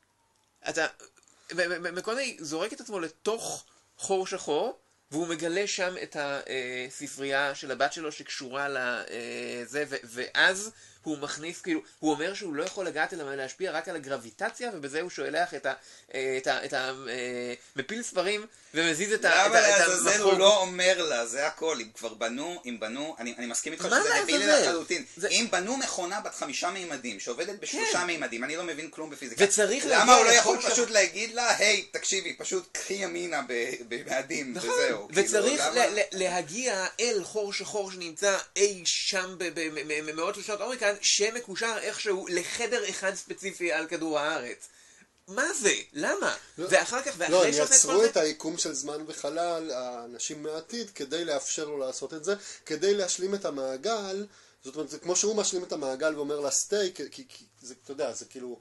מקונהי זורק את עצמו לתוך חור שחור, והוא מגלה שם את הספרייה של הבת שלו שקשורה לזה, ואז הוא מכניס, כאילו, הוא אומר שהוא לא יכול לגעת אלא להשפיע רק על הגרביטציה, ובזה הוא שואלח את המפיל ספרים ומזיז את המחור. זה הוא לא אומר לה, זה הכל. אם כבר בנו, אני מסכים איתך שזה דבילי לחלוטין. אם בנו מכונה בת 5 מימדים, שעובדת ב3 מימדים, אני לא מבין כלום בפיזיקה. למה הוא לא יכול פשוט להגיד לה, היי, תקשיבי, פשוט קחי ימינה במאדים, וזהו. וצריך להגיע אל חור שחור שנמצא אי שם במאות של שנות אור כאן, שמקושר איכשהו לחדר אחד ספציפי על כדור הארץ. מה זה? למה? ואחר כך, לא, הם יצרו את היקום של זמן וחלל, האנשים מהעתיד, כדי לאפשר לו לעשות את זה, כדי להשלים את המעגל. זאת אומרת, זה כמו שהוא משלים את המעגל ואומר לה סטי, כי זה, אתה יודע, זה כאילו,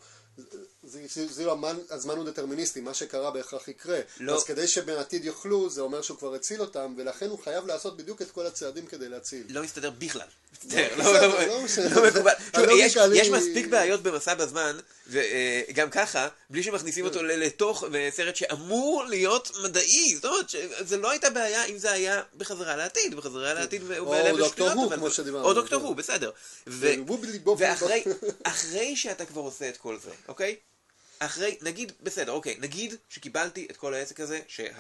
הזמן הוא דטרמיניסטי, מה שקרה בהכרח יקרה. אז כדי שבעתיד יוכלו, זה אומר שהוא כבר הציל אותם, ולכן הוא חייב לעשות בדיוק את כל הצעדים כדי להציל. לא מסתדר בכלל. לא מקובל. יש מספיק בעיות במסע בזמן, וגם ככה, בלי שמכניסים אותו לתוך סרט שאמור להיות מדעי. זאת אומרת, זה לא הייתה בעיה אם זה היה בחזרה לעתיד. בחזרה לעתיד או דוקטור הוא, כמו שדיברנו. או דוקטור הוא, בסדר. ואחרי שאתה כבר עושה את כל זה, אוקיי? נגיד, בסדר, אוקיי, נגיד שקיבלתי את כל העסק הזה,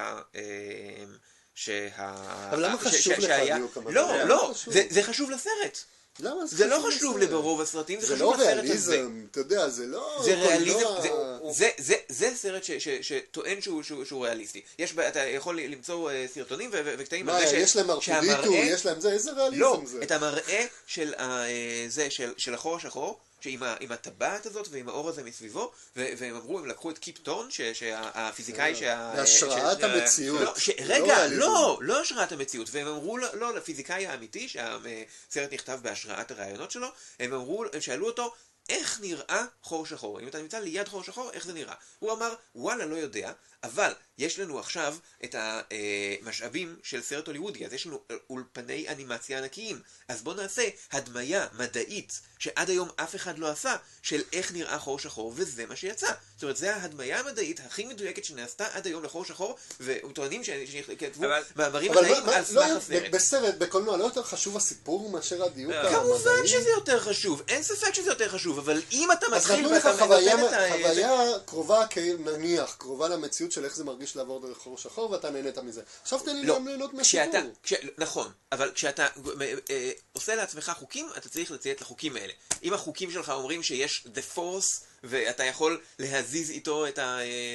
אבל למה חשוב לך דיוק? לא, זה חשוב לסרט. זה לא חשוב לי ברוב הסרטים, זה חשוב לסרט הזה. זה לא ריאליזם, אתה יודע, זה לא... זה ריאליזם, זה סרט שטוען שהוא ריאליסטי. אתה יכול למצוא סרטונים וקטעים על זה יש להם ארפודיטו, יש להם זה, איזה ריאליזם זה? לא, את המראה של החור השחור, עם הטבעת הזאת ועם האור הזה מסביבו, והם אמרו, הם לקחו את קיפ טורן, שהפיזיקאי בהשראת המציאות. רגע, לא השראת המציאות, והם אמרו לו, לפיזיקאי האמיתי, שהסרט נכתב בהשראת הרעיונות שלו, הם שאלו אותו, איך נראה חור שחור? אם אתה נמצא ליד חור שחור, איך זה נראה? הוא אמר, וואלה, לא יודע, אבל יש לנו עכשיו את המשאבים של סרט הוליוודי, אז יש לנו אולפני אנימציה ענקיים. אז בואו נעשה הדמיה מדעית, שעד היום אף אחד לא עשה, של איך נראה חור שחור, וזה מה שיצא. זאת אומרת, זה ההדמיה המדעית הכי מדויקת שנעשתה עד היום לחור שחור, וטוענים שכתבו מאמרים מדעיים על סמך הסרט. בסרט, בקולנוע, לא יותר חשוב הסיפור מאשר הדיוק המדעי? כמובן שזה יותר חשוב, אין ספק שזה יותר חשוב, אבל אם אתה מתחיל ואתה נותן את חוויה קרובה, נניח, קרובה למציאות של איך זה מרגיש לעבור דרך חור שחור, ואתה נהנית מזה. עכשיו תן לי גם ליהנות מהסיפור. נכון, אבל כשאתה עושה לעצמך חוקים, אתה צריך לציית לחוקים האלה. אם החוקים שלך אומרים שיש the force, ואתה יכול להזיז איתו את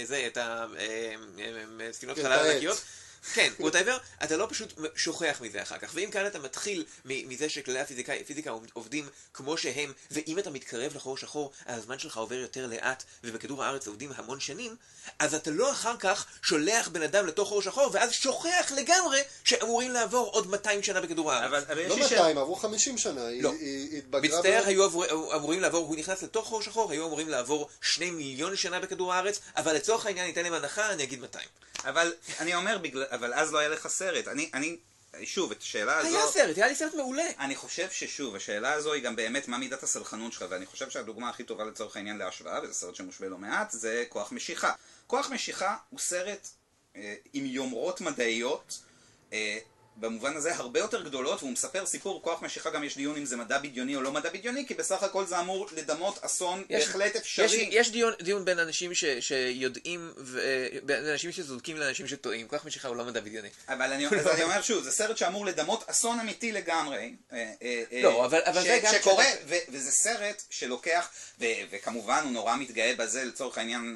הספינות חלל ענקיות, כן, whatever, אתה לא פשוט שוכח מזה אחר כך. ואם כאן אתה מתחיל מזה שכללי הפיזיקה עובדים כמו שהם, ואם אתה מתקרב לחור שחור, הזמן שלך עובר יותר לאט, ובכדור הארץ עובדים המון שנים, אז אתה לא אחר כך שולח בן אדם לתוך חור שחור, ואז שוכח לגמרי שאמורים לעבור עוד 200 שנה בכדור הארץ. לא 200, עברו 50 שנה. לא. מצטער, היו אמורים לעבור, הוא נכנס לתוך חור שחור, היו אמורים לעבור 2 מיליון שנה בכדור הארץ, אבל לצורך העניין ניתן להם הנחה, אני אגיד 200. אבל אני אומר, אבל אז לא היה לך סרט. שוב, את השאלה הזו... היה סרט, היה לי סרט מעולה. אני חושב ששוב, השאלה הזו היא גם באמת מה מידת הסלחנות שלך, ואני חושב שהדוגמה הכי טובה לצורך העניין להשוואה, וזה סרט שמושווה לא מעט, זה כוח משיכה. כוח משיכה הוא סרט עם יומרות מדעיות, במובן הזה הרבה יותר גדולות, והוא מספר סיפור כוח משיכה, גם יש דיון אם זה מדע בדיוני או לא מדע בדיוני, כי בסך הכל זה אמור לדמות אסון בהחלט אפשרי. יש דיון בין אנשים שיודעים, בין אנשים שזודקים לאנשים שטועים. כוח משיכה הוא לא מדע בדיוני. אבל אני אומר שוב, זה סרט שאמור לדמות אסון אמיתי לגמרי. לא, אבל זה גם... שקורה, וזה סרט שלוקח, וכמובן הוא נורא מתגאה בזה לצורך העניין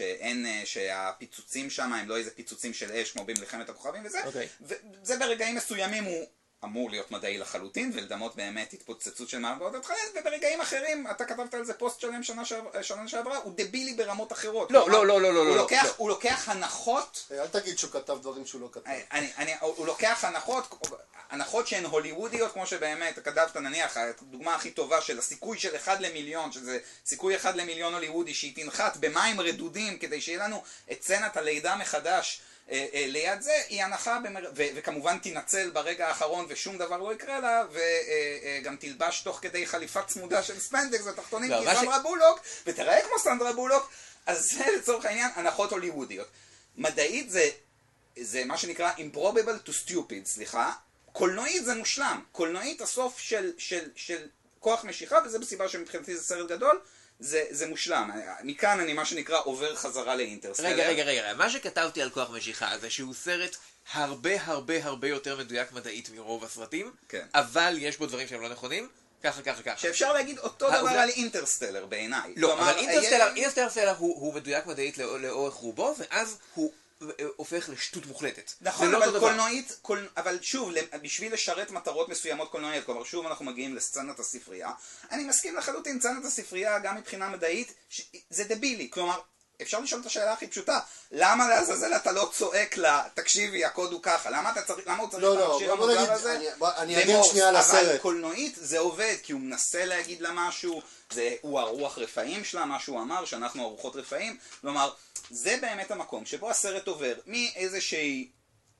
שהפיצוצים שם הם לא איזה פיצוצים של אש כמו במלחמת הכוכבים וזה. וזה ברגעים מסוימים הוא אמור להיות מדעי לחלוטין ולדמות באמת התפוצצות של מערכות התחלת, וברגעים אחרים, אתה כתבת על זה פוסט שלם שנה שעברה, הוא דבילי ברמות אחרות. לא. הוא לוקח הנחות... אל תגיד שהוא כתב דברים שהוא לא כתב. הוא לוקח הנחות שהן הוליוודיות, כמו שבאמת כתבת נניח, הדוגמה הכי טובה של הסיכוי של 1 למיליון, שזה סיכוי 1 למיליון הוליוודי, שהיא תנחת במים רדודים כדי שיהיה לנו את סצנת הלידה מחדש, ליד זה היא הנחה, וכמובן תנצל ברגע האחרון ושום דבר לא יקרה לה, וגם תלבש תוך כדי חליפה צמודה של ספנדקס ותחתונים כי סנדרה בולוק, ותראה כמו סנדרה בולוק, אז זה לצורך העניין הנחות הוליוודיות. מדעית זה מה שנקרא improbable to stupid, סליחה. קולנועית זה מושלם, קולנועית הסוף של כוח משיכה, וזה בסיבה שמבחינתי זה סרט גדול, זה מושלם. מכאן אני מה שנקרא עובר חזרה לאינטרסטלר. רגע, מה שכתבתי על כוח משיכה זה שהוא סרט הרבה יותר מדויק מדעית מרוב הסרטים, כן. אבל יש בו דברים שהם לא נכונים, ככה. שאפשר להגיד אותו דבר על אינטרסטלר בעיניי. לא, אבל אינטרסטלר הוא מדויק מדעית לאורך רובו, ואז הוא הופך לשטות מוחלטת. נכון, אבל קולנועית, אבל שוב, בשביל לשרת מטרות מסוימות קולנועיות, כלומר שוב אנחנו מגיעים לסצנת הספרייה, אני מסכים לחלוטין, סצנת הספרייה גם מבחינה מדעית, זה דבילי, כלומר, אפשר לשאול את השאלה הכי פשוטה, למה לעזאזל אתה לא צועק לה, תקשיבי, הקוד הוא ככה, למה הוא צריך את המכשיר המוזר הזה? אני אגיד שנייה על הסרט. אבל קולנועית זה עובד, כי הוא מנסה להגיד לה משהו, הוא הרוח רפאים שלה, מה שהוא אמר, שאנחנו ארוחות רפאים, כלומר, זה באמת המקום שבו הסרט עובר מאיזושהי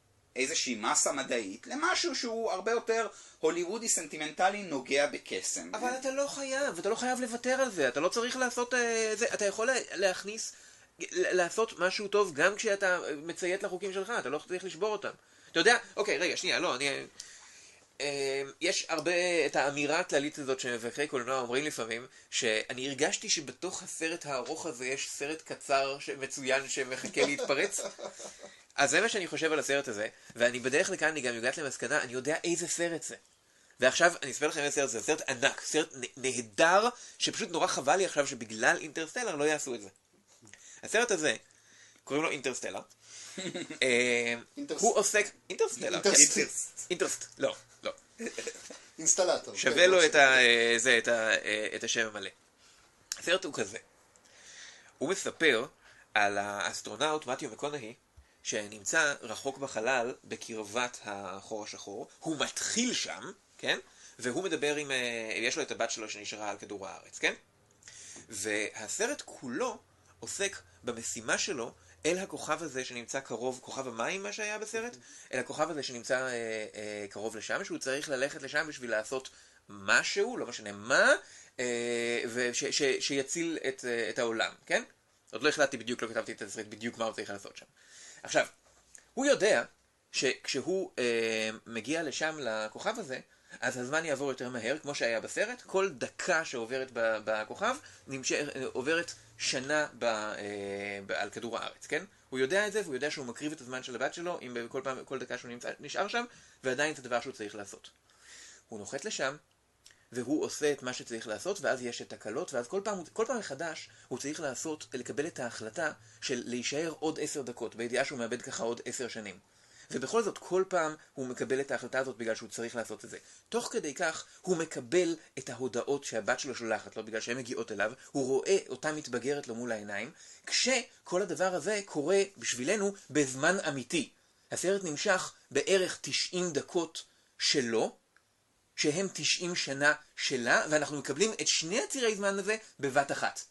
מסה מדעית למשהו שהוא הרבה יותר הוליוודי סנטימנטלי נוגע בקסם. אבל אתה לא חייב לוותר על זה, אתה לא צריך לעשות זה, אתה יכול לעשות משהו טוב גם כשאתה מציית לחוקים שלך, אתה לא צריך לשבור אותם. אתה יודע, אוקיי, רגע, שנייה, לא, יש הרבה את האמירה הכללית הזאת שמבקרי קולנוע אומרים לפעמים, שאני הרגשתי שבתוך הסרט הארוך הזה יש סרט קצר מצוין שמחכה להתפרץ. אז זה מה שאני חושב על הסרט הזה, ואני בדרך לכאן אני גם הגעת למסקנה, אני יודע איזה סרט זה. ועכשיו אני אספר לכם איזה סרט זה, סרט ענק, סרט נהדר, שפשוט נורא חבל לי עכשיו שבגלל אינטרסטלר לא יעשו את זה. הסרט הזה, קוראים לו אינטרסטלר. הוא עוסק... אינטרסטלר. לא. אינסטלטור. שווה לו את השם המלא. הסרט הוא כזה. הוא מספר על האסטרונאוט מתיו מקונהי, שנמצא רחוק בחלל בקרבת החור השחור. הוא מתחיל שם, כן? והוא מדבר עם... יש לו את הבת שלו שנשארה על כדור הארץ, כן? והסרט כולו עוסק במשימה שלו אל הכוכב הזה שנמצא קרוב, כוכב המים מה שהיה בסרט, אל הכוכב הזה שנמצא קרוב לשם, שהוא צריך ללכת לשם בשביל לעשות משהו, לא משנה מה, שיציל את העולם, כן? עוד לא החלטתי בדיוק, לא כתבתי את הסרט בדיוק מה הוא צריך לעשות שם. עכשיו, הוא יודע שכשהוא מגיע לשם לכוכב הזה, אז הזמן יעבור יותר מהר, כמו שהיה בסרט. כל דקה שעוברת בכוכב עוברת שנה על כדור הארץ, כן? הוא יודע את זה, והוא יודע שהוא מקריב את הזמן של הבת שלו, אם כל דקה שהוא נשאר שם, ועדיין זה דבר שהוא צריך לעשות. הוא נוחת לשם, והוא עושה את מה שצריך לעשות, ואז יש את הקלות, ואז כל פעם מחדש הוא צריך לקבל את ההחלטה של להישאר עוד 10 דקות, בידיעה שהוא מאבד ככה עוד 10 שנים. ובכל זאת, כל פעם הוא מקבל את ההחלטה הזאת בגלל שהוא צריך לעשות את זה. תוך כדי כך, הוא מקבל את ההודעות שהבת שלו שולחת לו, בגלל שהן מגיעות אליו, הוא רואה אותה מתבגרת לו מול העיניים, כשכל הדבר הזה קורה בשבילנו בזמן אמיתי. הסרט נמשך בערך 90 דקות שלו, שהם 90 שנה שלה, ואנחנו מקבלים את שני הצירי זמן הזה בבת אחת.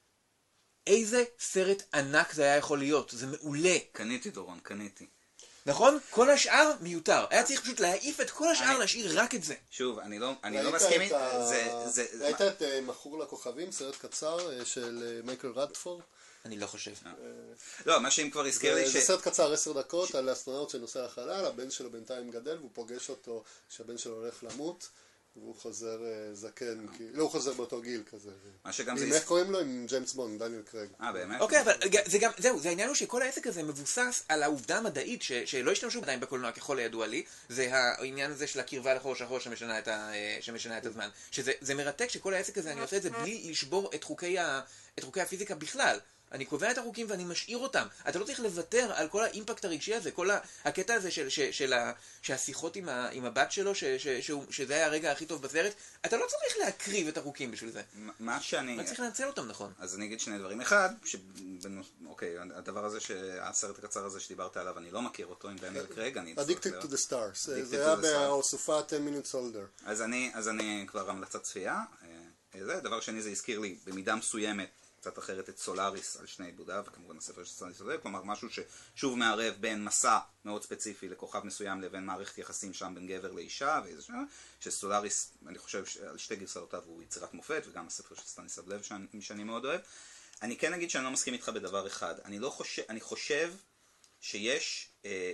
איזה סרט ענק זה היה יכול להיות, זה מעולה. קניתי דורון, קניתי. נכון? כל השאר מיותר. היה צריך פשוט להעיף את כל השאר, להשאיר רק את זה. שוב, אני לא מסכים. ראית את מכור לכוכבים, סרט קצר של מייקל רדפורד? אני לא חושב. לא, מה שאם כבר הזכיר לי זה סרט קצר 10 דקות על אסטרונאוט שנוסע לחלל, הבן שלו בינתיים גדל והוא פוגש אותו שהבן שלו הולך למות והוא חוזר זקן, לא, הוא חוזר באותו גיל כזה. איך קוראים לו? עם ג'יימס בונד, דניאל קרייג. באמת? אוקיי, אבל זהו, זה העניין הוא שכל העסק הזה מבוסס על העובדה המדעית שלא השתמשו עדיין בקולנוע ככל הידוע לי, זה העניין הזה של הקרבה לחור שחור שמשנה את הזמן. שזה מרתק שכל העסק הזה, אני עושה את זה בלי לשבור את חוקי הפיזיקה בכלל. אני קובע את החוקים ואני משאיר אותם. אתה לא צריך לוותר על כל האימפקט הרגשי הזה, כל הקטע הזה שהשיחות עם הבת שלו, שזה היה הרגע הכי טוב בסרט, אתה לא צריך להקריב את החוקים בשביל זה. אתה צריך לנצל אותם נכון. אז אני אגיד שני דברים. אחד, אוקיי, הדבר הזה, הסרט הקצר הזה שדיברת עליו, אני לא מכיר אותו עם דניאל קרייג. Addicted to the Stars. זה היה בהוספה 10 Minutes Older. אז אני כבר המלצת צפייה. דבר שני, זה הזכיר לי במידה מסוימת קצת אחרת את סולאריס על שני עיבודיו, וכמובן הספר של סטניס צודק, כלומר משהו ששוב מערב בין מסע מאוד ספציפי לכוכב מסוים לבין מערכת יחסים שם בין גבר לאישה, שסולאריס, אני חושב על שתי גרסאותיו הוא יצירת מופת, וגם הספר של סטניס לב שאני מאוד אוהב. אני כן אגיד שאני לא מסכים איתך בדבר אחד, אני חושב שיש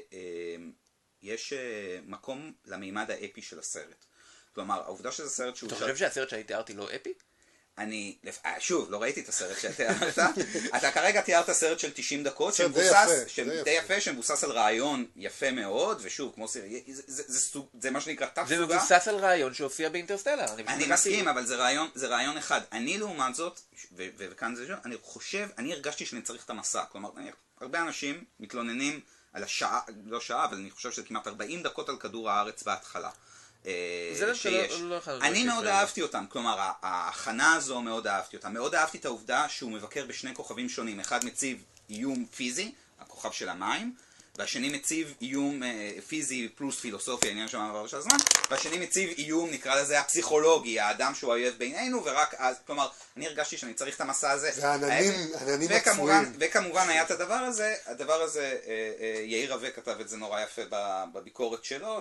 מקום למימד האפי של הסרט. כלומר, העובדה שזה סרט שהוא... אתה חושב שהסרט שאני תיארתי לא אפי? שוב, לא ראיתי את הסרט שתיארת. אתה כרגע תיארת סרט של 90 דקות, די יפה, שמבוסס על רעיון יפה מאוד, ושוב, כמו סרט, זה מה שנקרא תת סוגה. זה מבוסס על רעיון שהופיע באינטרסטלר. אני מסכים, אבל זה רעיון אחד. אני לעומת זאת, וכאן זה אני הרגשתי שאני צריך את המסע. כלומר, הרבה אנשים מתלוננים על השעה, לא שעה, אבל אני חושב שזה כמעט 40 דקות על כדור הארץ בהתחלה. אני מאוד אהבתי אותם, כלומר ההכנה הזו מאוד אהבתי אותם, מאוד אהבתי את העובדה שהוא מבקר בשני כוכבים שונים, אחד מציב איום פיזי, הכוכב של המים, והשני מציב איום פיזי פלוס פילוסופיה, העניין של המעבר של הזמן, והשני מציב איום, נקרא לזה הפסיכולוגי, האדם שהוא האויב בינינו, ורק אז, כלומר, אני הרגשתי שאני צריך את המסע הזה. זה העננים הצפויים. וכמובן היה את הדבר הזה, יאיר רווה כתב את זה נורא יפה בביקורת שלו,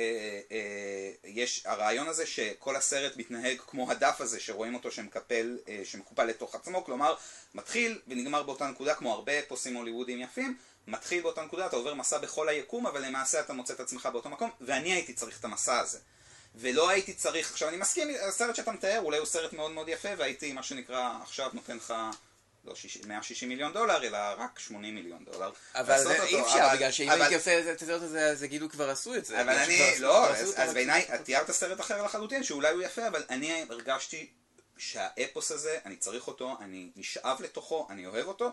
שיש הרעיון הזה שכל הסרט מתנהג כמו הדף הזה, שרואים אותו שמקופל לתוך עצמו, כלומר, מתחיל ונגמר באותה נקודה, כמו הרבה פוסים הוליוודיים יפים, מתחיל באותה נקודה, אתה עובר מסע בכל היקום, אבל למעשה אתה מוצא את עצמך באותו מקום, ואני הייתי צריך את המסע הזה. ולא הייתי צריך, עכשיו אני מסכים, הסרט שאתה מתאר, אולי הוא סרט מאוד מאוד יפה, והייתי, מה שנקרא, עכשיו נותן לך, לא 160 מיליון דולר, אלא רק 80 מיליון דולר. אבל אי אפשר, בגלל שאם הייתי עושה את הסרט הזה, אז יגידו כבר עשו את זה. אבל אני, לא, אז בעיניי, תיארת סרט אחר לחלוטין, שאולי הוא יפה, אבל אני הרגשתי שהאפוס הזה, אני צריך אותו, אני נשאב לתוכו, אני אוהב אותו.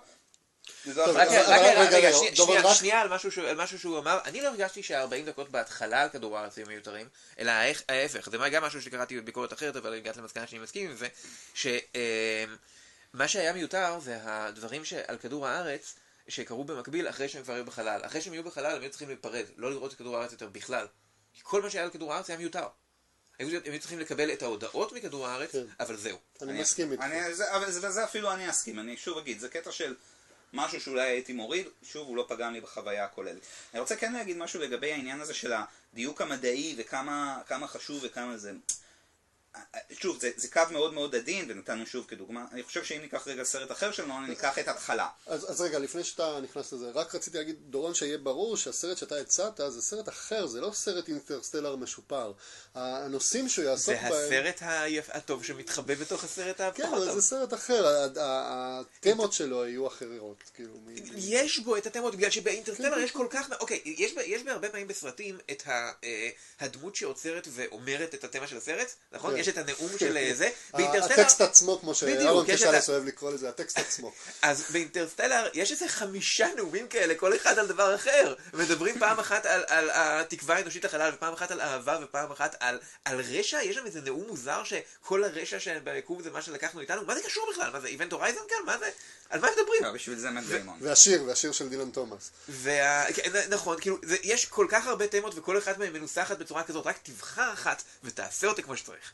רגע, שנייה על משהו שהוא אמר. אני לא הרגשתי שה-40 דקות בהתחלה על כדור הארץ היו מיותרים, אלא ההפך. זה גם משהו שקראתי בביקורת אחרת, אבל הגעת למסקנה שאני מסכים עם זה, מה שהיה מיותר זה הדברים שעל כדור הארץ שקרו במקביל אחרי שהם כבר היו בחלל. אחרי שהם היו בחלל הם היו צריכים להיפרד, לא לראות את כדור הארץ יותר בכלל. כי כל מה שהיה על כדור הארץ היה מיותר. הם היו צריכים לקבל את ההודעות מכדור הארץ, כן. אבל זהו. אני מסכים איתך. אבל זה אפילו אני אסכים, אני שוב אגיד, זה קטע של משהו שאולי הייתי מוריד, שוב הוא לא פגע לי בחוויה הכוללת. אני רוצה כן להגיד משהו לגבי העניין הזה של הדיוק המדעי וכמה חשוב וכמה זה... שוב, זה קו מאוד מאוד עדין, ונתנו שוב כדוגמה. אני חושב שאם ניקח רגע סרט אחר של נולן, ניקח את התחלה. אז רגע, לפני שאתה נכנס לזה, רק רציתי להגיד, דורון, שיהיה ברור שהסרט שאתה הצעת זה סרט אחר, זה לא סרט אינטרסטלר משופר. הנושאים שהוא יעסוק בהם... זה הסרט הטוב שמתחבא בתוך הסרט הפחות כן, טוב. אבל זה סרט אחר, התמות שלו יהיו אחרות, כאילו... יש בו את התמות, בגלל שבאינטרסטלר יש כל כך... אוקיי, יש בהרבה פעמים בסרטים את הדמות שעוצרת ואומרת את התמה של הסרט, נכון? יש את הנאום של זה. הטקסט עצמו, כמו שאהרון קשלס אוהב לקרוא לזה, הטקסט עצמו. אז באינטרסטלר יש איזה 5 נאומים כאלה, כל אחד על דבר אחר. מדברים פעם אחת על התקווה האנושית לחלל, ופעם אחת על אהבה, ופעם אחת על רשע. יש שם איזה נאום מוזר שכל הרשע שביקום זה מה שלקחנו איתנו. מה זה קשור בכלל? מה זה איבנט הורייזן כאן? מה זה? על מה מדברים? בשביל זה מאט דיימון. והשיר של דילן תומאס. נכון, כאילו, יש כל כך הרבה תמות וכל אחת מהן מנוסחת בצורה כזאת, רק תבחר אחת ותעשה אותה כמו שצריך.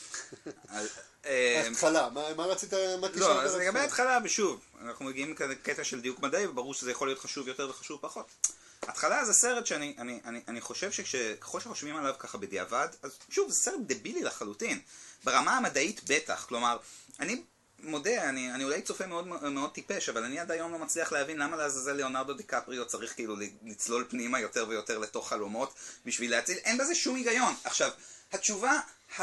התחלה, מה רצית? לא, אז לגבי התחלה, ושוב, אנחנו מגיעים לקטע של דיוק מדעי, וברור שזה יכול להיות חשוב יותר וחשוב פחות. התחלה זה סרט שאני חושב שככל שחושבים עליו ככה בדיעבד, אז שוב, זה סרט דבילי לחלוטין. ברמה המדעית בטח, כלומר, אני מודה, אני אולי צופה מאוד מאוד טיפש, אבל אני עד היום לא מצליח להבין למה לעזאזל ליאונרדו דיקפריו צריך כאילו לצלול פנימה יותר ויותר לתוך חלומות בשביל להציל, אין בזה שום היגיון. עכשיו, התשובה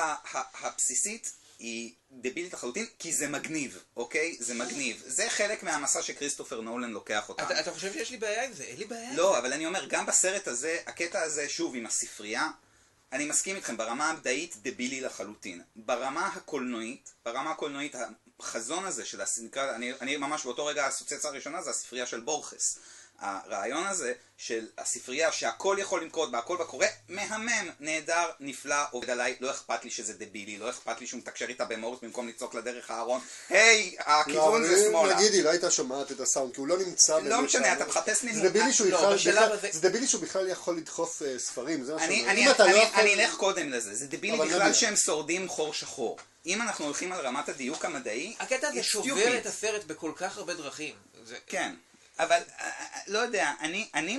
הבסיסית היא דבילית לחלוטין, כי זה מגניב, אוקיי? זה מגניב. זה חלק מהמסע שכריסטופר נולן לוקח אותנו. אתה חושב שיש לי בעיה עם זה? אין לי בעיה עם זה. לא, אבל אני אומר, גם בסרט הזה, הקטע הזה, שוב, עם הספרייה, אני מסכים איתכם, ברמה המדעית דבילי לחלוטין. ברמה הקולנועית, החזון הזה של הספרייה, אני ממש באותו רגע, האסוציאציה הראשונה זה הספרייה של בורכס. הרעיון הזה של הספרייה שהכל יכול לקרות בהכל וקורה, מהמם, נהדר, נפלא, עובד עליי, לא אכפת לי שזה דבילי, לא אכפת לי שהוא מתקשר איתה במורס במקום לצעוק לדרך הארון, היי, הכיוון זה שמאלה. נגיד, היא לא הייתה שומעת את הסאונד, כי הוא לא נמצא בזה. לא משנה, אתה מחפש נימוק. זה דבילי שהוא בכלל יכול לדחוף ספרים, זה מה אני אלך קודם לזה, זה דבילי בכלל שהם שורדים חור שחור. אם אנחנו הולכים על רמת הדיוק המדעי, הקטע הזה שובר את הסרט בכל כך הרבה דרכים. כן. אבל, לא יודע, אני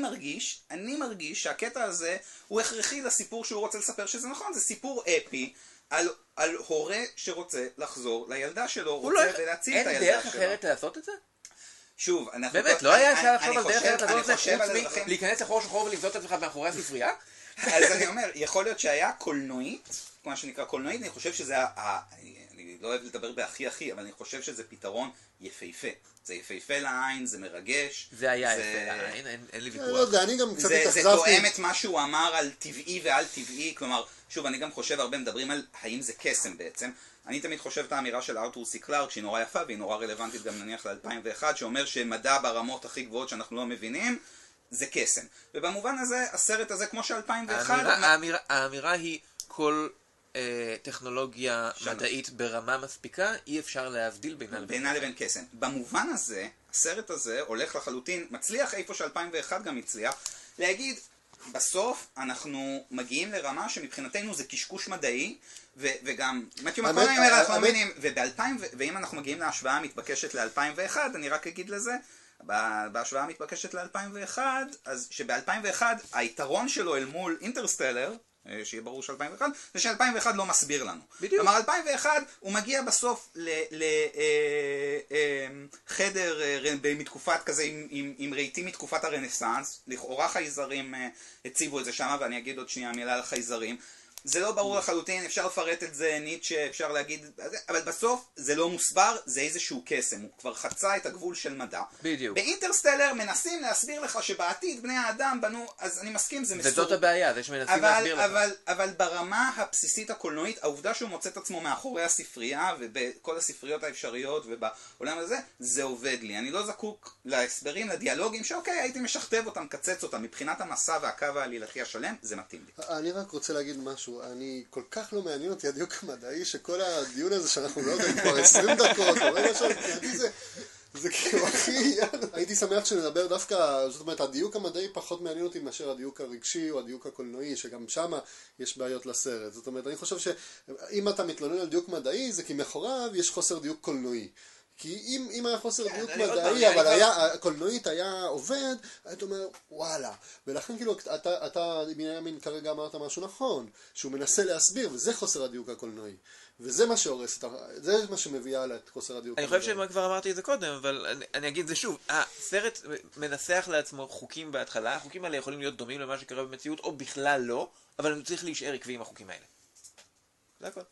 מרגיש שהקטע הזה הוא הכרחי לסיפור שהוא רוצה לספר, שזה נכון, זה סיפור אפי על הורה שרוצה לחזור לילדה שלו, רוצה להציל את הילדה שלו. אין דרך אחרת לעשות את זה? שוב, באמת, לא היה אפשר לחשוב על דרך אחרת לעשות את זה, חוץ מלהיכנס לחור שחור ולבזות את עצמך מאחורי הספרייה? אז אני אומר, יכול להיות שהיה קולנועית, מה שנקרא קולנועית, אני חושב שזה, אני לא אוהב לדבר בהכי, אבל אני חושב שזה פתרון יפהפה. זה יפהפה לעין, זה מרגש. זה היה יפה לעין, אין לי ויכוח. לא יודע, אני גם קצת התאכזבתי. זה תואם את מה שהוא אמר על טבעי ועל טבעי, כלומר, שוב, אני גם חושב, הרבה מדברים על האם זה קסם בעצם. אני תמיד חושב את האמירה של ארתור סי קלארק, שהיא נורא יפה והיא נורא רלוונטית גם נניח ל-2001, שאומר שמדע ברמות הכי גבוהות שאנחנו לא מבינים, זה קסם. ובמובן הזה, הסרט הזה, כמו ש-2001... האמירה היא כל טכנולוגיה מדעית ברמה מספיקה, אי אפשר להבדיל בינה לבין קסם. במובן הזה, הסרט הזה הולך לחלוטין, מצליח איפה ש-2001 גם הצליח, להגיד, בסוף אנחנו מגיעים לרמה שמבחינתנו זה קשקוש מדעי, וגם, מתיו מקונאי אומר, אנחנו מבינים, ואם אנחנו מגיעים להשוואה המתבקשת ל-2001, אני רק אגיד לזה, בהשוואה המתבקשת ל-2001, אז שב-2001 היתרון שלו אל מול אינטרסטלר, שיהיה ברור ש-2001, זה ש-2001 לא מסביר לנו. בדיוק. כלומר, 2001 הוא מגיע בסוף לחדר מתקופת כזה עם רהיטים מתקופת הרנסנס, לכאורה חייזרים הציבו את זה שם, ואני אגיד עוד שנייה מילה על חייזרים. זה לא ברור לחלוטין, אפשר לפרט את זה, ניטשה, אפשר להגיד, אבל בסוף זה לא מוסבר, זה איזשהו קסם, הוא כבר חצה את הגבול של מדע. בדיוק. באינטרסטלר מנסים להסביר לך שבעתיד בני האדם בנו, אז אני מסכים, זה מסור. וזאת הבעיה, זה שמנסים להסביר לך. אבל ברמה הבסיסית הקולנועית, העובדה שהוא מוצא את עצמו מאחורי הספרייה, ובכל הספריות האפשריות, ובעולם הזה, זה עובד לי. אני לא זקוק להסברים, לדיאלוגים, שאוקיי, הייתי משכתב אותם, קצץ אותם, מבחינת המסע והקו העלילתי השלם, זה מתאים לי. אני רק רוצה להגיד משהו משהו, אני כל כך לא מעניין אותי הדיוק המדעי, שכל הדיון הזה שאנחנו לא יודעים כבר 20 דקות, או רבע שעה, מבחינתי זה כאילו הכי, הייתי שמח שנדבר דווקא, זאת אומרת, הדיוק המדעי פחות מעניין אותי מאשר הדיוק הרגשי או הדיוק הקולנועי, שגם שם יש בעיות לסרט. זאת אומרת, אני חושב שאם אתה מתלונן על דיוק מדעי, זה כי מאחוריו יש חוסר דיוק קולנועי. כי אם היה חוסר דיוק מדעי, אבל הקולנועית היה עובד, היית אומר, וואלה. ולכן כאילו, אתה בנימין כרגע אמרת משהו נכון, שהוא מנסה להסביר, וזה חוסר הדיוק הקולנועי. וזה מה שהורס, זה מה שמביאה לה את חוסר הדיוק. אני חושב שכבר אמרתי את זה קודם, אבל אני אגיד את זה שוב. הסרט מנסח לעצמו חוקים בהתחלה, החוקים האלה יכולים להיות דומים למה שקרה במציאות, או בכלל לא, אבל הוא צריך להישאר עקבי עם החוקים האלה. זה הכל.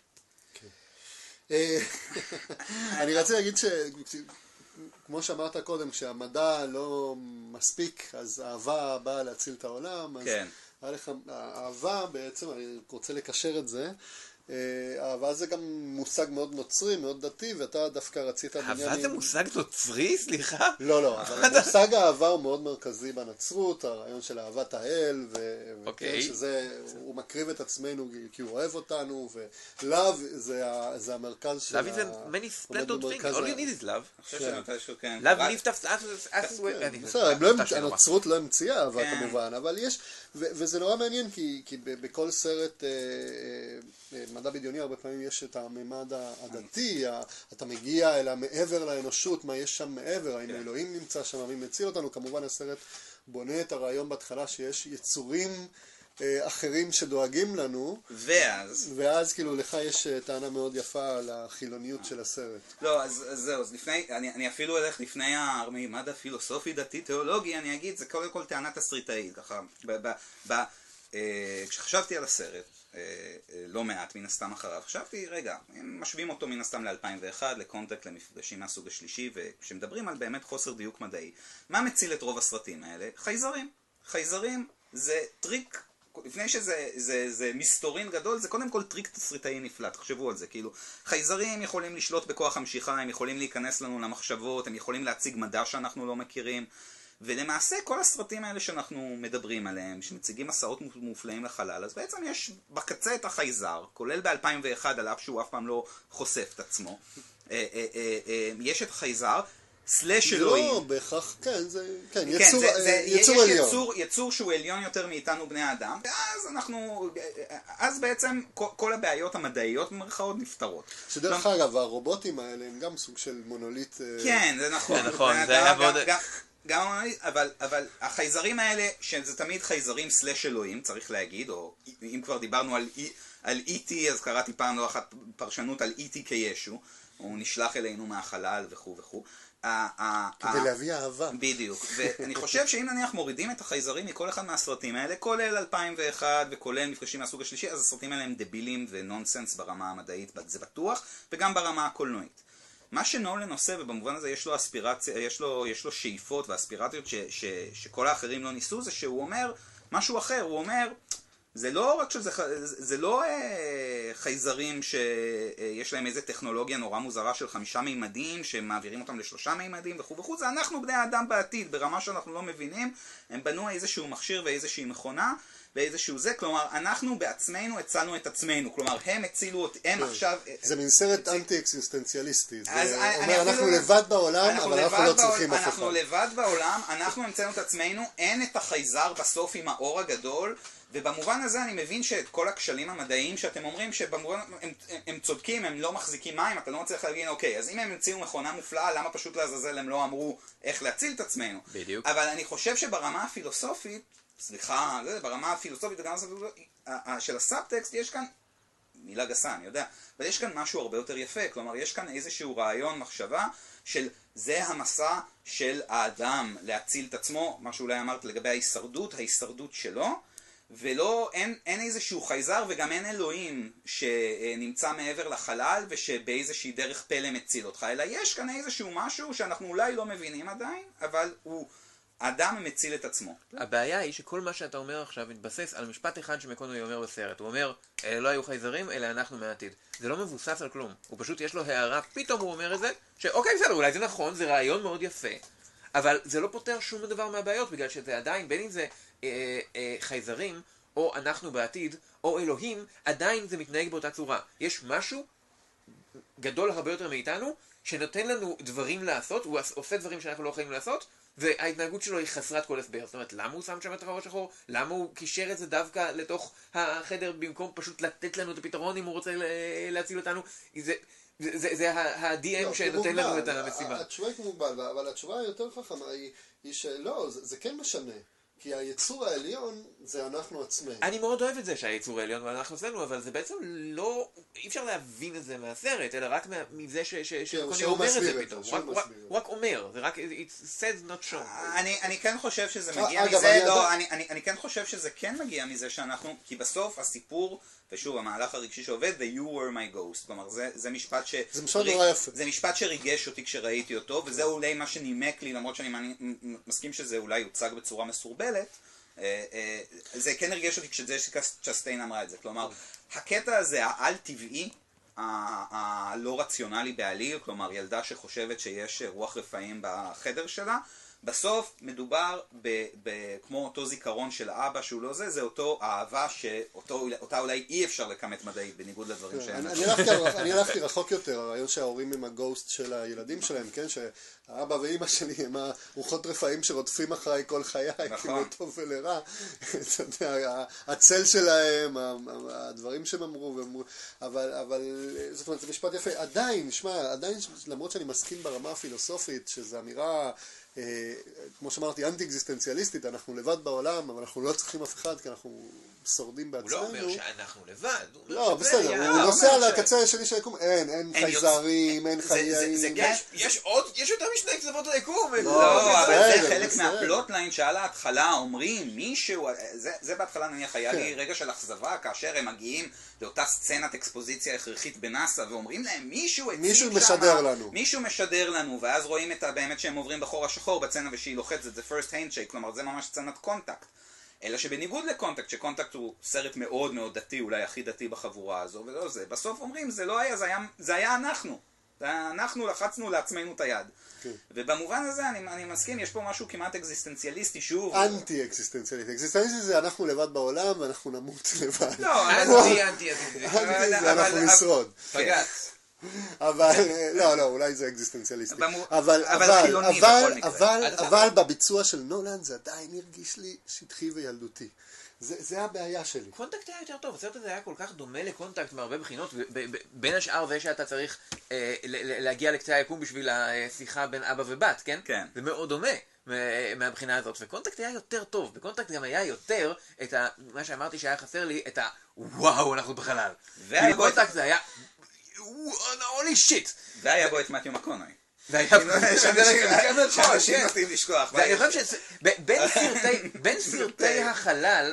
אני רציתי להגיד כמו שאמרת קודם, כשהמדע לא מספיק, אז האהבה באה להציל את העולם. אז האהבה בעצם, אני רוצה לקשר את זה, אהבה זה גם מושג מאוד נוצרי, מאוד דתי, ואתה דווקא רצית... אהבה זה מושג נוצרי? סליחה? לא, אבל מושג האהבה הוא מאוד מרכזי בנצרות, הרעיון של אהבת האל, שזה, הוא מקריב את עצמנו כי הוא אוהב אותנו, ולאו זה המרכז של... Love is a many splendid thing, all you need is love. Love lift us... הנצרות לא המציאה אהבה כמובן, אבל יש... וזה נורא מעניין כי בכל סרט מדע בדיוני הרבה פעמים יש את הממד הדתי, אתה מגיע אל המעבר לאנושות, מה יש שם מעבר, האם אלוהים נמצא שם, מי מציל אותנו. כמובן הסרט בונה את הרעיון בהתחלה שיש יצורים אחרים שדואגים לנו, ואז כאילו לך יש טענה מאוד יפה על החילוניות של הסרט. לא, אז זהו, אז לפני, אני אפילו הולך לפני הממד הפילוסופי דתי תיאולוגי, אני אגיד, זה קודם כל טענה תסריטאית, ככה, כשחשבתי על הסרט, לא מעט מן הסתם אחריו, חשבתי, רגע, הם משווים אותו מן הסתם ל-2001, לקונטקט, למפגשים מהסוג השלישי, וכשמדברים על באמת חוסר דיוק מדעי, מה מציל את רוב הסרטים האלה? חייזרים. חייזרים זה טריק, לפני שזה מסתורין גדול, זה קודם כל טריק תסריטאי נפלא, תחשבו על זה, כאילו, חייזרים יכולים לשלוט בכוח המשיכה, הם יכולים להיכנס לנו למחשבות, הם יכולים להציג מדע שאנחנו לא מכירים, ולמעשה כל הסרטים האלה שאנחנו מדברים עליהם, שמציגים מסעות מופלאים לחלל, אז בעצם יש בקצה את החייזר, כולל ב-2001, על אף שהוא אף פעם לא חושף את עצמו, יש את החייזר, סלש אלוהים. לא, בהכרח, כן, יצור עליון. יצור שהוא עליון יותר מאיתנו בני האדם, אז בעצם כל הבעיות המדעיות במרכאות נפתרות. שדרך אגב, הרובוטים האלה הם גם סוג של מונוליט. כן, זה נכון. זה נכון, זה היה מאוד... אבל החייזרים האלה, שזה תמיד חייזרים סלש אלוהים, צריך להגיד, או אם כבר דיברנו על E.T, אז קראתי פעם לא אחת פרשנות על E.T כישו, הוא נשלח אלינו מהחלל וכו' וכו'. כדי להביא אהבה. בדיוק. ואני חושב שאם נניח מורידים את החייזרים מכל אחד מהסרטים האלה, כולל 2001 וכולל מפגשים מהסוג השלישי, אז הסרטים האלה הם דבילים ונונסנס ברמה המדעית, זה בטוח, וגם ברמה הקולנועית. מה שנולן עושה, ובמובן הזה יש לו אספירציה, יש לו שאיפות ואספירציות שכל האחרים לא ניסו, זה שהוא אומר משהו אחר, הוא אומר, זה לא רק זה לא חייזרים שיש להם איזה טכנולוגיה נורא מוזרה של 5 מימדים, שמעבירים אותם ל3 מימדים וכו' וכו', זה אנחנו בני האדם בעתיד, ברמה שאנחנו לא מבינים, הם בנו איזשהו מכשיר ואיזושהי מכונה, באיזשהו זה, כלומר, אנחנו בעצמנו הצלנו את עצמנו, כלומר, הם הצילו אותי, הם עכשיו... זה מין סרט אנטי-אקסיסטנציאליסטי, זה אומר, אנחנו לבד בעולם, אבל אנחנו לא צריכים אף אחד. אנחנו לבד בעולם, אנחנו המצאנו את עצמנו, אין את החייזר בסוף עם האור הגדול, ובמובן הזה אני מבין שאת כל הכשלים המדעיים שאתם אומרים, שבמובן הם צודקים, הם לא מחזיקים מים, אתה לא מצליח להגיד, אוקיי, אז אם הם המציאו מכונה מופלאה, למה פשוט לעזאזל הם לא אמרו איך להציל את עצמנו? בדיוק. אבל אני חושב שברמה הפילוסופית, סליחה, ברמה הפילוסופית וגם של הסאבטקסט, יש כאן, מילה גסה, אני יודע, אבל יש כאן משהו הרבה יותר יפה, כלומר, יש כאן איזשהו רעיון, מחשבה, של זה המסע של האדם להציל את עצמו, מה שאולי אמרת לגבי ההישרדות שלו, ולא, אין איזשהו חייזר וגם אין אלוהים שנמצא מעבר לחלל ושבאיזושהי דרך פלא מציל אותך, אלא יש כאן איזשהו משהו שאנחנו אולי לא מבינים עדיין, אבל הוא... האדם מציל את עצמו. הבעיה היא שכל מה שאתה אומר עכשיו מתבסס על משפט אחד שמקונוי אומר בסרט. הוא אומר, אלה לא היו חייזרים, אלא אנחנו מהעתיד. זה לא מבוסס על כלום. הוא פשוט יש לו הערה, פתאום הוא אומר את זה, שאוקיי, בסדר, אולי זה נכון, זה רעיון מאוד יפה. אבל זה לא פותר שום דבר מהבעיות, בגלל שזה עדיין, בין אם זה חייזרים, או אנחנו בעתיד, או אלוהים, עדיין זה מתנהג באותה צורה. יש משהו גדול הרבה יותר מאיתנו, שנותן לנו דברים לעשות, הוא עושה דברים שאנחנו לא יכולים לעשות, וההתנהגות שלו היא חסרת כל הסבר. זאת אומרת, למה הוא שם שם את הראש השחור? למה הוא קישר את זה דווקא לתוך החדר במקום פשוט לתת לנו את הפתרון אם הוא רוצה להציל אותנו? זה ה-DM שנותן לנו את המשימה. התשובה היא מוגבל, אבל התשובה היותר חכמה היא שלא, זה כן משנה. כי היצור העליון זה אנחנו עצמנו. אני מאוד אוהב את זה שהיצור העליון ואנחנו עשינו, אבל זה בעצם לא... אי אפשר להבין את זה מהסרט, אלא רק מזה שקוני אומר את זה פתאום. הוא רק אומר, זה רק... it says not shown. אני כן חושב שזה מגיע מזה, לא, אני כן חושב שזה כן מגיע מזה שאנחנו... כי בסוף הסיפור, ושוב, המהלך הרגשי שעובד, זה you were my ghost. כלומר, זה משפט ש... זה משפט נורא יפה. זה משפט שריגש אותי כשראיתי אותו, וזה אולי מה שנימק לי, למרות שאני מסכים שזה אולי יוצג בצורה מסורבלת, זה כן הרגש אותי כשג'סיקה צ'סטיין אמרה את זה. כלומר, הקטע הזה, העל-טבעי, הלא רציונלי בעליל, כלומר, ילדה שחושבת שיש רוח רפאים בחדר שלה, בסוף מדובר כמו אותו זיכרון של האבא שהוא לא זה אותו אהבה שאותה אולי אי אפשר לכמת מדעית בניגוד לדברים שהם. אני הלכתי רחוק יותר, הרעיון שההורים הם הגוסט של הילדים שלהם, כן? שהאבא ואמא שלי הם הרוחות רפאים שרודפים אחריי כל חיי, כאילו טוב ולרע. הצל שלהם, הדברים שהם אמרו, אבל זאת אומרת, זה משפט יפה. עדיין, למרות שאני מסכים ברמה הפילוסופית, שזו אמירה כמו שאמרתי, אנטי-אקזיסטנציאליסטית, אנחנו לבד בעולם, אבל אנחנו לא צריכים אף אחד, כי אנחנו שורדים בעצמנו. הוא לא אומר שאנחנו לבד, הוא אומר לא, בסדר, הוא נוסע לקצה השני של היקום, אין חייזרים, אין חיים. יש יותר משני קצוות ליקום. לא, אבל זה חלק מהפלוטליין שעל ההתחלה אומרים, מישהו, זה בהתחלה נניח היה לי רגע של אכזבה, כאשר הם מגיעים לאותה סצנת אקספוזיציה הכרחית בנאסא, ואומרים להם, מישהו משדר לנו. מישהו משדר לנו, ואז רואים את באמת שהם עוברים בחור השחור בצנה ושהיא לוחצת, זה first handshake, כלומר זה ממש סצנת קונטקט. אלא שבניגוד לקונטקט, שקונטקט הוא סרט מאוד מאוד דתי, אולי הכי דתי בחבורה הזו, ולא זה, בסוף אומרים, זה לא היה, זה היה אנחנו. אנחנו לחצנו לעצמנו את היד. ובמובן הזה אני מסכים, יש פה משהו כמעט אקזיסטנציאליסטי, שוב. אנטי-אקזיסטנציאליסטי. אקזיסטנציאליסטי זה אנחנו לבד בעולם ואנחנו נמות לבד. לא, אנטי זה אנחנו נשרוד. פגץ. אבל, לא, אולי זה אקזיסטנציאליסטי. אבל בביצוע של נולן זה עדיין הרגיש לי שטחי וילדותי. זה הבעיה שלי. קונטקט היה יותר טוב, הסרט הזה היה כל כך דומה לקונטקט מהרבה בחינות, בין השאר זה שאתה צריך להגיע לקצה היקום בשביל השיחה בין אבא ובת, כן? כן. זה מאוד דומה מהבחינה הזאת, וקונטקט היה יותר טוב, בקונטקט גם היה יותר את מה שאמרתי שהיה חסר לי, את וואו, אנחנו בחלל. בקונטקט זה היה הולי שיט. והיה בו את מתיו מקונאי. שאנשים נוטים לשכוח. ואני חושב שבין סרטי החלל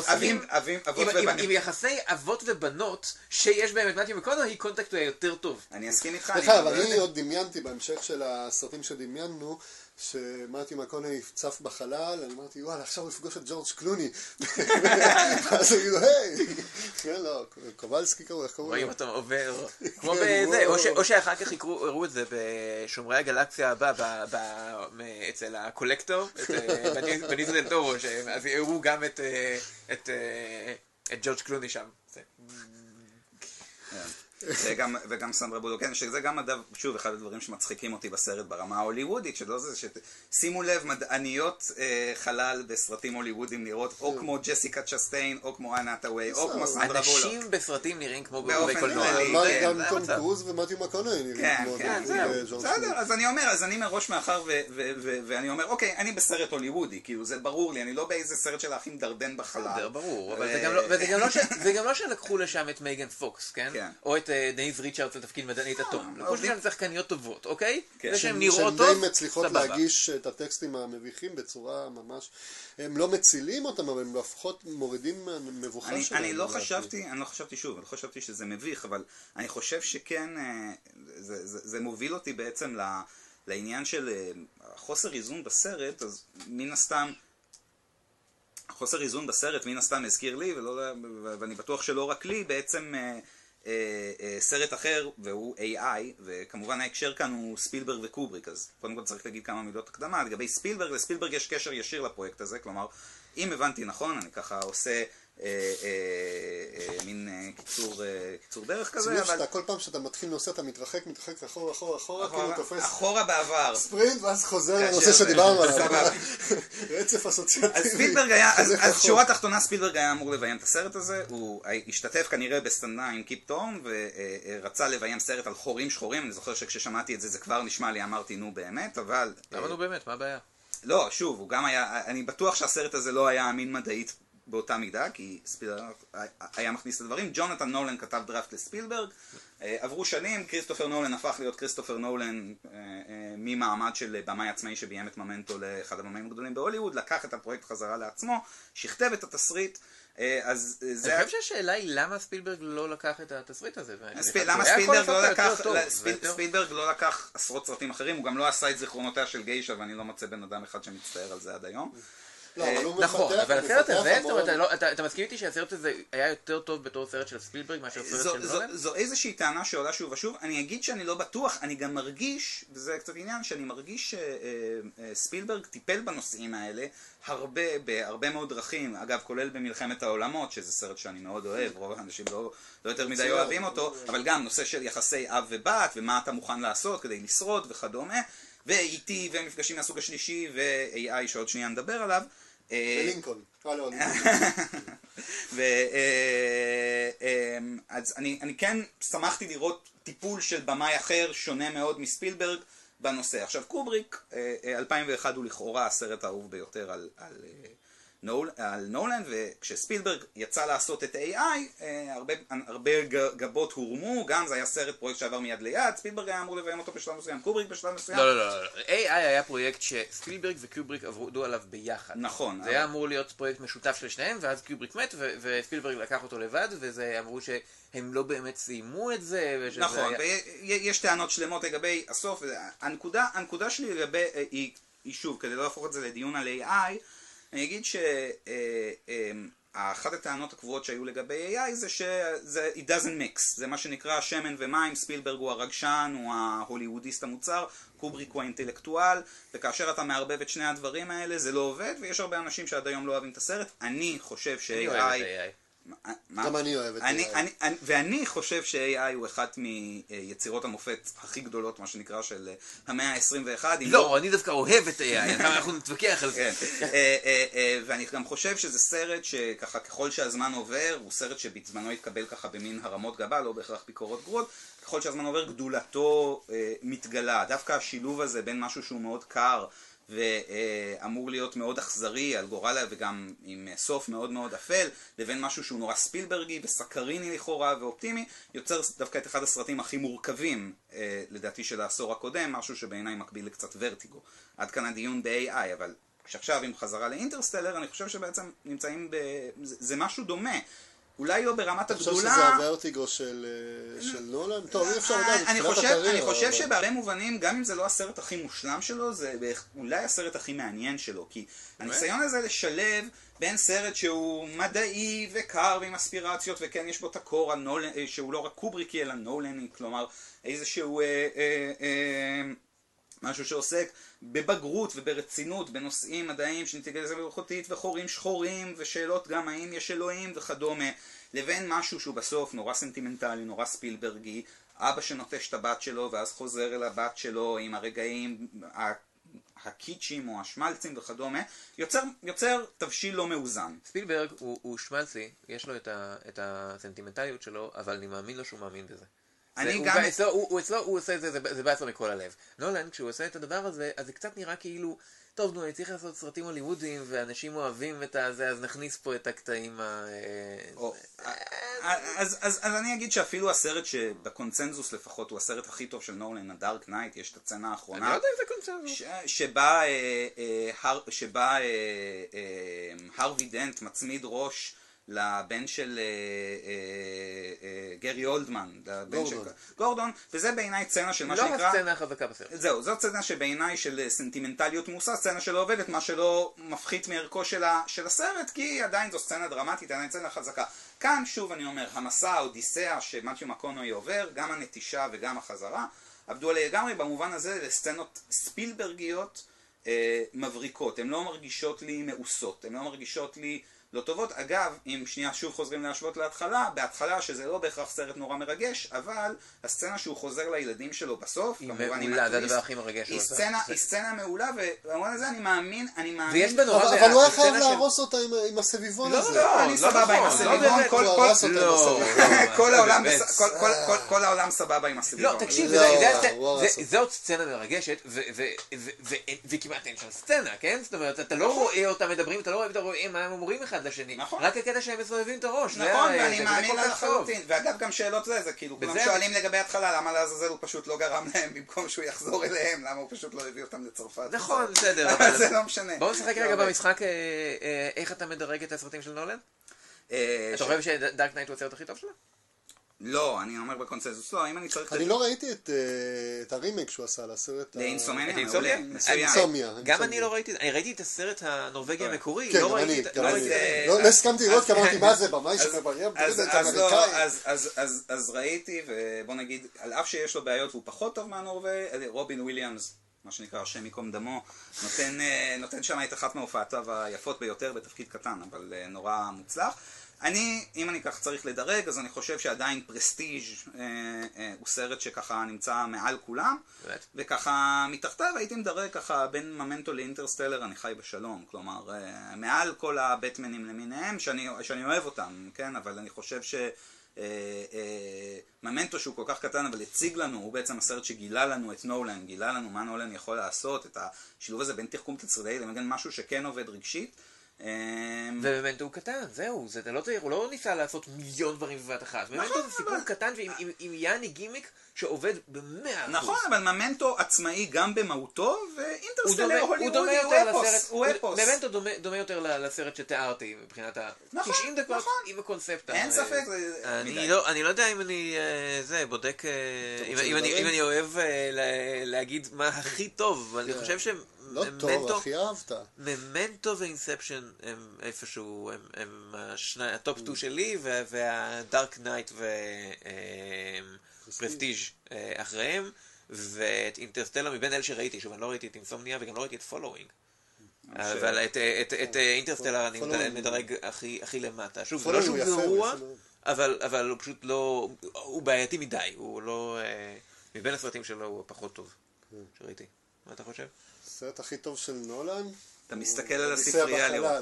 עם יחסי אבות ובנות שיש בהם את מתיו מקונאי, קונטקט הוא יותר טוב. אני אסכים איתך. אבל אני עוד דמיינתי בהמשך של הסרטים שדמיינו שמתיו מקונאי צף בחלל, אני אמרתי, וואלה, עכשיו הוא יפגוש את ג'ורג' קלוני. אז הוא יגידו, היי! כן, לא, קובלסקי קראו, איך קראו? רואים אותו עובר, כמו בזה, או שאחר כך הראו את זה בשומרי הגלקסיה הבא, אצל הקולקטור, בניזו דל טורו, אז הראו גם את ג'ורג' קלוני שם. וגם סנדרה בולוק, כן, שזה גם שוב אחד הדברים שמצחיקים אותי בסרט ברמה ההוליוודית, שלא זה, שימו לב, מדעניות חלל בסרטים הוליוודיים נראות או כמו ג'סיקה צ'סטיין, או כמו אנה הטווי, או כמו סנדרה בולוק. אנשים בסרטים נראים כמו בקולנוע. גם תום קרוז ומתיו מקונאי נראים כמו בסדר, אז אני אומר, אז אני מראש מאחר ואני אומר, אוקיי, אני בסרט הוליוודי, כאילו זה ברור לי, אני לא באיזה סרט של האחים דרדן בחלל. זה ברור, אבל זה גם לא שלקחו לשם את מייגן פוקס, כן? או את דניז ריצ'רדס לתפקיד מדענית אטום. לקחו לשם שחקניות טובות, אוקיי? זה שהן נראות טוב, שהן די מצליחות להגיש את הטקסטים המביכים בצורה ממש... הם לא מצילים אותם, אבל הם לפחות מורידים מבוכה שלהם. אני לא חשבתי שוב, אני לא חשבתי שזה מביך, אבל אני חושב שכן, זה מוביל אותי בעצם לעניין של חוסר איזון בסרט, אז מן הסתם, חוסר איזון בסרט מן הסתם הזכיר לי, ואני בטוח שלא רק לי, בעצם סרט אחר, והוא AI, וכמובן ההקשר כאן הוא ספילברג וקובריק, אז קודם כל צריך להגיד כמה מילות הקדמה. לגבי ספילברג, לספילברג יש קשר ישיר לפרויקט הזה, כלומר, אם הבנתי נכון, אני ככה עושה מין קיצור דרך כזה. צירוף שאתה כל פעם שאתה מתחיל נושא אתה מתרחק אחורה, כאילו תופס אחורה בעבר. ספרינט ואז חוזר לנושא שדיברנו עליו. רצף אסוציאטיבי. אז ספילברג היה, אז שורה תחתונה ספילברג היה אמור לביים את הסרט הזה, הוא השתתף כנראה בסטנדה עם קיפ טורן ורצה לביים סרט על חורים שחורים, אני זוכר שכששמעתי את זה זה כבר נשמע לי, אמרתי נו באמת, אבל... למה נו באמת? מה הבעיה? לא, שוב, הוא גם היה, אני בטוח שהסרט הזה לא היה אמין מדעית באותה מידה, כי ספילברג היה מכניס את הדברים. ג'ונתן נולן כתב דראפט לספילברג, עברו שנים, כריסטופר נולן הפך להיות כריסטופר נולן ממעמד של במאי עצמאי שביים את ממנטו לאחד הבמאים הגדולים בהוליווד, לקח את הפרויקט חזרה לעצמו, שכתב את התסריט, אז זה... אני חושב שהשאלה היא למה ספילברג לא לקח את התסריט הזה. למה ספילברג לא לקח עשרות סרטים אחרים, הוא גם לא עשה את זיכרונותיה של גיישה, ואני לא מוצא בן אדם אחד שמצטער על זה עד היום. נכון, אבל הסרט הזה, אתה מסכים איתי שהסרט הזה היה יותר טוב בתור סרט של ספילברג מאשר סרט של נולן? זו איזושהי טענה שעולה שוב ושוב, אני אגיד שאני לא בטוח, אני גם מרגיש, וזה קצת עניין, שאני מרגיש שספילברג טיפל בנושאים האלה בהרבה מאוד דרכים, אגב כולל במלחמת העולמות, שזה סרט שאני מאוד אוהב, רוב האנשים לא יותר מדי אוהבים אותו, אבל גם נושא של יחסי אב ובת, ומה אתה מוכן לעשות כדי לשרוד וכדומה, ו-E.T. ומפגשים מהסוג השלישי, ו-AI שעוד שנייה נדבר עליו. ולינקולן. אז אני כן שמחתי לראות טיפול של במאי אחר, שונה מאוד מספילברג בנושא. עכשיו קובריק, 2001 הוא לכאורה הסרט האהוב ביותר על נולן, וכשספילברג יצא לעשות את AI, הרבה גבות הורמו, גם זה היה סרט פרויקט שעבר מיד ליד, ספילברג היה אמור לביים אותו בשלב מסוים, קובריק בשלב מסוים. לא, AI היה פרויקט שספילברג וקובריק עבדו עליו ביחד. נכון. זה היה אמור להיות פרויקט משותף של שניהם, ואז קובריק מת, וספילברג לקח אותו לבד, וזה אמרו שהם לא באמת סיימו את זה. נכון, ויש טענות שלמות לגבי הסוף, הנקודה שלי לגבי, היא שוב, כדי לא להפוך את זה לדיון על AI, אני אגיד שאחת הטענות הקבועות שהיו לגבי AI זה שזה it doesn't mix, זה מה שנקרא שמן ומים, ספילברג הוא הרגשן, הוא ההוליוודיסט המוצר, קובריק הוא האינטלקטואל, וכאשר אתה מערבב את שני הדברים האלה זה לא עובד, ויש הרבה אנשים שעד היום לא אוהבים את הסרט. אני חושב ש-AI... אני אוהב את AI. גם אני אוהב את AI. ואני חושב ש-AI הוא אחת מיצירות המופת הכי גדולות, מה שנקרא, של המאה ה-21. לא, אני דווקא אוהב את AI, אנחנו נתווכח על זה. ואני גם חושב שזה סרט שככה ככל שהזמן עובר, הוא סרט שבזמנו התקבל ככה במין הרמות גבה, לא בהכרח ביקורות גרועות, ככל שהזמן עובר גדולתו מתגלה. דווקא השילוב הזה בין משהו שהוא מאוד קר, ואמור להיות מאוד אכזרי על גורלה וגם עם סוף מאוד מאוד אפל, לבין משהו שהוא נורא ספילברגי וסקריני לכאורה ואופטימי, יוצר דווקא את אחד הסרטים הכי מורכבים לדעתי של העשור הקודם, משהו שבעיניי מקביל לקצת ורטיגו. עד כאן הדיון ב-AI, אבל כשעכשיו עם חזרה לאינטרסטלר, אני חושב שבעצם נמצאים זה משהו דומה. אולי לא ברמת הגדולה... אתה חושב שזה הוורטיגו של נולן? טוב, אי אפשר לדעת, אני חושב שבהרבה מובנים, גם אם זה לא הסרט הכי מושלם שלו, זה אולי הסרט הכי מעניין שלו, כי הניסיון הזה לשלב בין סרט שהוא מדעי וקר ועם אספירציות, וכן יש בו את הקור שהוא לא רק קובריקי אלא נולני, כלומר איזשהו משהו שעוסק בבגרות וברצינות בנושאים מדעיים של אינטליגנציה מלאכותית וחורים שחורים ושאלות גם האם יש אלוהים וכדומה, לבין משהו שהוא בסוף נורא סנטימנטלי, נורא ספילברגי, אבא שנוטש את הבת שלו ואז חוזר אל הבת שלו עם הרגעים הקיצ'ים או השמלצים וכדומה, יוצר תבשיל לא מאוזן. ספילברג הוא שמלצי, יש לו את הסנטימנטליות שלו, אבל אני מאמין לו שהוא מאמין בזה. הוא עושה את זה, זה בעצם מכל הלב. נולן, כשהוא עושה את הדבר הזה, אז זה קצת נראה כאילו, טוב, נו, אני צריך לעשות סרטים הוליוודיים, ואנשים אוהבים את הזה, אז נכניס פה את הקטעים אז אני אגיד שאפילו הסרט שבקונצנזוס לפחות, הוא הסרט הכי טוב של נולן, הדארק נייט, יש את הצצנה האחרונה. אני לא יודע אם זה קונצנזוס. שבה הרווי דנט מצמיד ראש לבן של גרי אולדמן, גורדון, וזה בעיניי צנה של מה שנקרא... לא הסצנה החזקה בסרט. זהו, זו צנה שבעיניי של סנטימנטליות מוסה, סצנה שלא עובדת, מה שלא מפחית מערכו של הסרט, כי עדיין זו סצנה דרמטית, עדיין סצנה חזקה. כאן, שוב אני אומר, המסע, האודיסאה שמתיו מקונוי עובר, גם הנטישה וגם החזרה, עבדו עליה לגמרי במובן הזה לסצנות ספילברגיות מבריקות. הן לא מרגישות לי מאוסות, הן לא מרגישות לי לא טובות. אגב, אם שנייה שוב חוזרים להשוות להתחלה, בהתחלה שזה לא בהכרח סרט נורא מרגש, אבל הסצנה שהוא חוזר לילדים שלו בסוף, היא מעולה, זה הדבר הכי מרגש. היא סצנה מעולה, ובמובן הזה אני מאמין, ויש בה נורא אבל הוא היה חייב להרוס אותה עם הסביבון הזה. לא, אני סבבה עם הסביבון, כל העולם סבבה עם הסביבון. לא, תקשיב, זו עוד סצנה מרגשת, וכמעט אין שם סצנה, כן? זאת אומרת, אתה לא רואה אותם מדברים, אתה לא רואה מה הם אומרים אחד לשני, רק הקטע שהם מסובבים את הראש. נכון, ואני מאמין לחלוטין. ואגב, גם שאלות זה כאילו, כולם שואלים לגבי התחלה, למה לעזאזל הוא פשוט לא גרם להם במקום שהוא יחזור אליהם, למה הוא פשוט לא הביא אותם לצרפת. נכון, בסדר. אבל זה לא משנה. בואו נשחק רגע במשחק, איך אתה מדרג את הסרטים של נולן? אתה חושב שדארק נייט הוא הסרט הכי טוב שלו? לא, אני אומר בקונצנזוס, לא, אם אני צריך... אני לא ראיתי את הרימייק שהוא עשה לסרט... לאינסומניה? גם אני לא ראיתי, אני ראיתי את הסרט הנורווגי המקורי, כן, גם אני. לא הסכמתי לראות, כי אמרתי, מה זה, במאי שמביים? אז ראיתי, ובוא נגיד, על אף שיש לו בעיות והוא פחות טוב מהנורווגי, רובין וויליאמס, מה שנקרא, השם ייקום דמו, נותן שם את אחת מהופעתיו היפות ביותר בתפקיד קטן, אבל נורא מוצלח. אם אני כך צריך לדרג, אז אני חושב שעדיין פרסטיג' הוא סרט שככה נמצא מעל כולם, וככה מתחתיו הייתי מדרג ככה בין ממנטו לאינטרסטלר אני חי בשלום, כלומר מעל כל הבטמנים למיניהם שאני אוהב אותם, כן? אבל אני חושב ממנטו שהוא כל כך קטן אבל הציג לנו, הוא בעצם הסרט שגילה לנו את נולן, גילה לנו מה נולן יכול לעשות, את השילוב הזה בין תחכום תצרירי למגן משהו שכן עובד רגשית. ובאמת הוא קטן, זהו, הוא לא ניסה לעשות מיליון דברים בבת אחת. ממנטו זה סיפור קטן ועם יעני גימיק שעובד ב100%. נכון, אבל ממנטו עצמאי גם במהותו, ואינטרסטלר הוליוודי הוא אפוס. ממנטו דומה יותר לסרט שתיארתי מבחינת ה-90 דקות עם הקונספט. אין ספק, אני לא יודע אם אני בודק, אם אני אוהב להגיד מה הכי טוב, אבל אני חושב ש... לא טוב, הכי אהבת. ממנטו ואינספשן הם איפשהו, הם הטופ 2 שלי, והדארק נייט ופרסטיג' אחריהם, ואת אינטרסטלר מבין אלה שראיתי, שוב, אני לא ראיתי את אינסומניה וגם לא ראיתי את פולואינג. אבל את אינטרסטלר אני מדרג הכי למטה. שוב, זה לא שהוא גרוע, אבל הוא פשוט לא, הוא בעייתי מדי, הוא לא, מבין הסרטים שלו הוא פחות טוב שראיתי. מה אתה חושב? הסרט הכי טוב של נולן? אתה מסתכל על הספרייה לראות.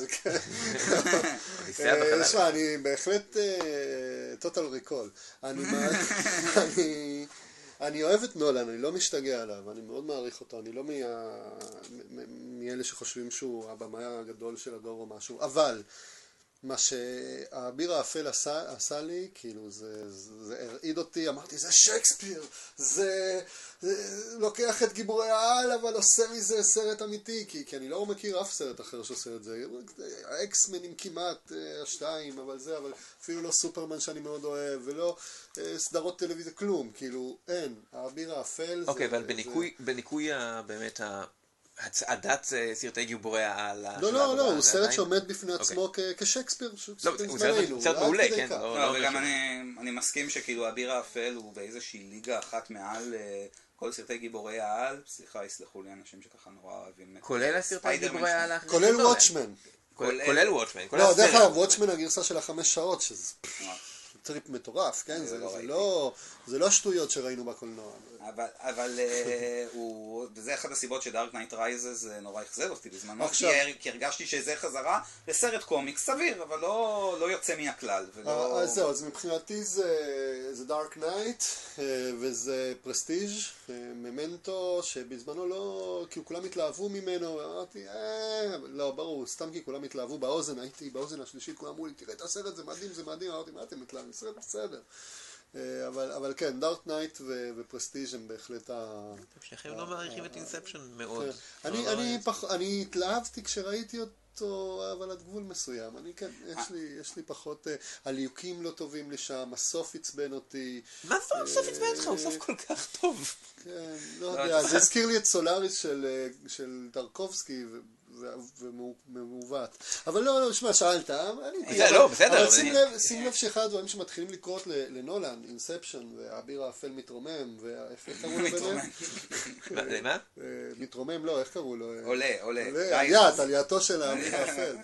תשמע, אני בהחלט total recall. אני אוהב את נולן, אני לא משתגע עליו, אני מאוד מעריך אותו, אני לא מאלה שחושבים שהוא הבמאי הגדול של הדור או משהו, אבל מה שהאביר האפל עשה לי, כאילו זה הרעיד אותי, אמרתי זה שייקספיר, זה לוקח את גיבורי העל אבל עושה מזה סרט אמיתי, כי אני לא מכיר אף סרט אחר שעושה את זה, האקסמנים כמעט השתיים, אבל אפילו לא סופרמן שאני מאוד אוהב, ולא סדרות טלוויזיה, כלום, כאילו אין, האביר האפל זה... אוקיי, אבל בניקוי באמת הצעדת סרטי גיבורי העל... לא, הוא סרט שעומד בפני עצמו כשייקספיר. הוא סרט מעולה, כן. וגם אני מסכים שכאילו האביר האפל הוא באיזושהי ליגה אחת מעל כל סרטי גיבורי העל. סליחה, יסלחו לי אנשים שככה נורא אוהבים. כולל הסרטי גיבורי העל? כולל וואטשמן. כולל וואטשמן. לא, דרך אגב, וואטשמן הגרסה של 5 שעות, שזה... טריפ מטורף, כן? זה לא שטויות שראינו בקולנוע. אבל וזה אחד הסיבות שדארק נייט רייזס נורא החזר אותי בזמנו, כי הרגשתי שזה חזרה לסרט קומיקס סביר, אבל לא יוצא מהכלל. אז זהו, אז מבחינתי זה דארק נייט, וזה פרסטיג', ממנטו, שבזמנו לא, כאילו כולם התלהבו ממנו, אמרתי, לא, ברור, סתם כי כולם התלהבו באוזן, הייתי באוזן השלישית, כולם אמרו לי, תראה את הסרט, זה מדהים, אמרתי, מה אתם מתלהבים? סרט בסדר. אבל כן, דארק נייט ופרסטיג' הם בהחלט שניכם לא מעריכים את אינספשן מאוד. אני התלהבתי כשראיתי אותו, אבל עד גבול מסוים. יש לי פחות, הליוקים לא טובים לי שם, הסוף עצבן אותי. מה הסוף עצבן אותך? הוא סוף כל כך טוב. כן, לא יודע, זה הזכיר לי את סולאריס של טרקובסקי, ומעוות. אבל לא, שמע, שאלת, אבל שים לב שאחד הדברים שמתחילים לקרות לנולן, אינספשן, והאביר האפל מתרומם, ואיך קראו לו ביניהם? מה? מתרומם, לא, איך קראו לו? עולה. עלייתו של האביר האפל.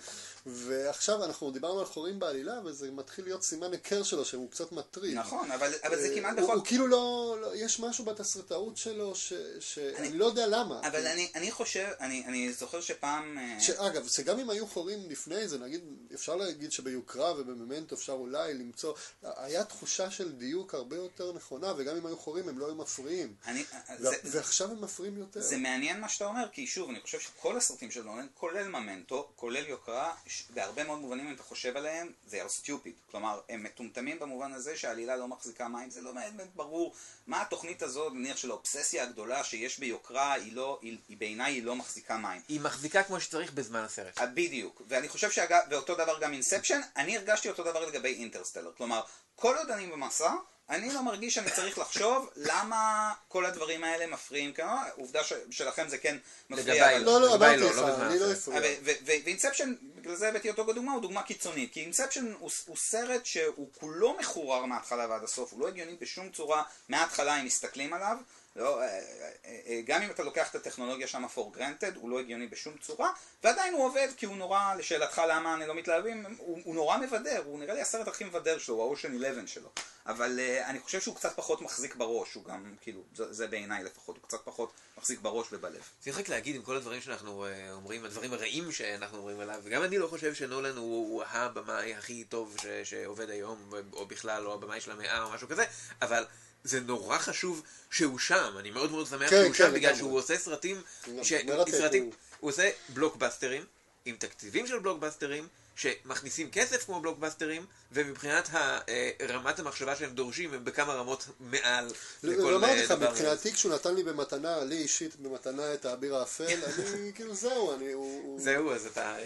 ועכשיו אנחנו דיברנו על חורים בעלילה, וזה מתחיל להיות סימן היכר שלו, שהוא קצת מטריד. נכון, אבל זה כמעט בכל... הוא כאילו לא, יש משהו בתסריטאות שלו, שאני לא יודע למה. אבל אני חושב, אני זוכר שפעם... אגב, שגם אם היו חורים לפני זה, נגיד, אפשר להגיד שביוקרה ובממנטו אפשר אולי למצוא, היה תחושה של דיוק הרבה יותר נכונה, וגם אם היו חורים הם לא היו מפריעים. ועכשיו הם מפריעים יותר. זה מעניין מה שאתה אומר, כי שוב, אני חושב שכל הסרטים של נולן, כולל ממנטו, כולל יוקרה, בהרבה מאוד מובנים, אם אתה חושב עליהם, זה are stupid. כלומר, הם מטומטמים במובן הזה שהעלילה לא מחזיקה מים, זה לא באמת ברור. מה התוכנית הזאת, נניח של האובססיה הגדולה שיש ביוקרה, היא בעיניי היא לא מחזיקה מים. היא מחזיקה כמו שצריך בזמן הסרט. בדיוק. ואני חושב ואותו דבר גם אינספשן, אני הרגשתי אותו דבר לגבי אינטרסטלר. כלומר, כל עוד אני במסע, אני לא מרגיש שאני צריך לחשוב למה כל הדברים האלה מפריעים כאן. עובדה שלכם זה כן מפריע. לא, אמרתי לך, אני לא אפריע. ואינספשן, בגלל זה הבאתי אותו כדוגמה, הוא דוגמה קיצונית. כי אינספשן הוא סרט שהוא כולו מחורר מההתחלה ועד הסוף. הוא לא הגיוני בשום צורה מההתחלה אם מסתכלים עליו. לא, גם אם אתה לוקח את הטכנולוגיה שם for granted, הוא לא הגיוני בשום צורה, ועדיין הוא עובד כי הוא נורא, לשאלתך למה אני לא מתלהבים, הוא נורא מבדר, הוא נראה לי הסרט הכי מבדר שלו, הוא האושן 11 שלו, אבל אני חושב שהוא קצת פחות מחזיק בראש, הוא גם, כאילו, זה בעיניי לפחות, הוא קצת פחות מחזיק בראש ובלב. צריך רק להגיד עם כל הדברים שאנחנו אומרים, הדברים הרעים שאנחנו אומרים עליו, וגם אני לא חושב שנולן הוא הבמאי הכי טוב שעובד היום, או בכלל, או הבמאי של המאה או משהו כזה, אבל זה נורא חשוב שהוא שם, אני מאוד מאוד שמח שהוא שם, בגלל שהוא עושה סרטים, הוא עושה בלוקבאסטרים, עם תקציבים של בלוקבאסטרים, שמכניסים כסף כמו בלוקבאסטרים, ומבחינת רמת המחשבה שהם דורשים, הם בכמה רמות מעל לכל דבר. אמרתי לך, מבחינתי כשהוא נתן לי במתנה, לי אישית במתנה את האביר האפל, אני כאילו זהו, אז אתה...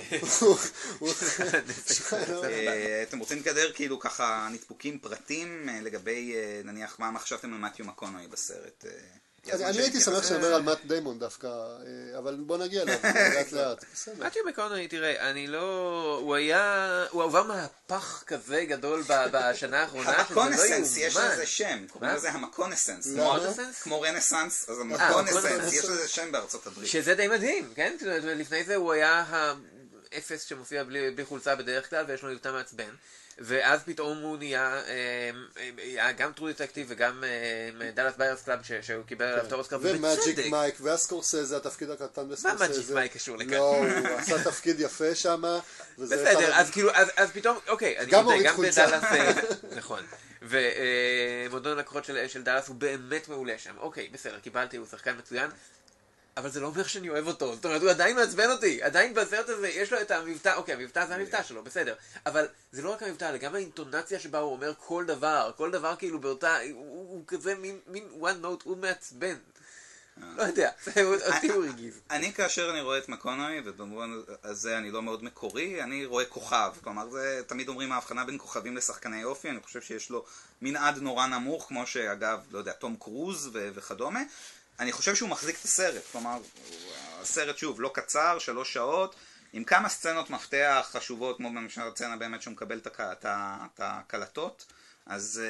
אתם רוצים לקדר כאילו ככה נדפוקים פרטים לגבי, נניח, מה חשבתם על מתיו מקונוי בסרט? אני הייתי שמח שנדבר על מאט דיימון דווקא, אבל בוא נגיע אליו, לאט לאט. מתיו מקונוי, תראה, הוא עבר מהפך כזה גדול בשנה האחרונה, המקונסנס, יש לזה שם, קוראים לזה המקונסנס. כמו רנסנס, אז המקונסנס, יש לזה שם בארצות הברית. שזה די מדהים, כן? לפני זה הוא היה האפס שמופיע בלי חולצה בדרך כלל, ויש לו מבטא מעצבן. ואז פתאום הוא נהיה גם טרו דטקטיב וגם דאלאס ביירס קלאב שהוא קיבל עליו את האוסקר ובצדק. ומאג'יק מייק והסקורסזה, התפקיד הקטן בסקורסזה. מה מאג'יק מייק קשור לכאן? לא, הוא עשה תפקיד יפה שם. בסדר, אז כאילו, אז פתאום, אוקיי, אני יודע, גם בדאלאס, נכון. ומועדון הלקוחות של דאלאס הוא באמת מעולה שם. אוקיי, בסדר, קיבלתי, הוא שחקן מצוין. אבל זה לא אומר שאני אוהב אותו, זאת אומרת, הוא עדיין מעצבן אותי, עדיין בסרט הזה יש לו את המבטא, אוקיי, המבטא זה המבטא שלו, בסדר, אבל זה לא רק המבטא, אלא גם האינטונציה שבה הוא אומר כל דבר כאילו באותה, הוא כזה מין one note, הוא מעצבן. לא יודע, אותי הוא רגיז. אני כאשר אני רואה את מקונוי, ובמובן הזה אני לא מאוד מקורי, אני רואה כוכב, כלומר, זה תמיד אומרים ההבחנה בין כוכבים לשחקני אופי, אני חושב שיש לו מנעד נורא נמוך, כמו שאגב, לא יודע, תום קרוז וכדומה. אני חושב שהוא מחזיק את הסרט, כלומר, הסרט שוב לא קצר, 3 שעות, עם כמה סצנות מפתח חשובות, כמו במשל הסצנה באמת שהוא מקבל את הקלטות, אז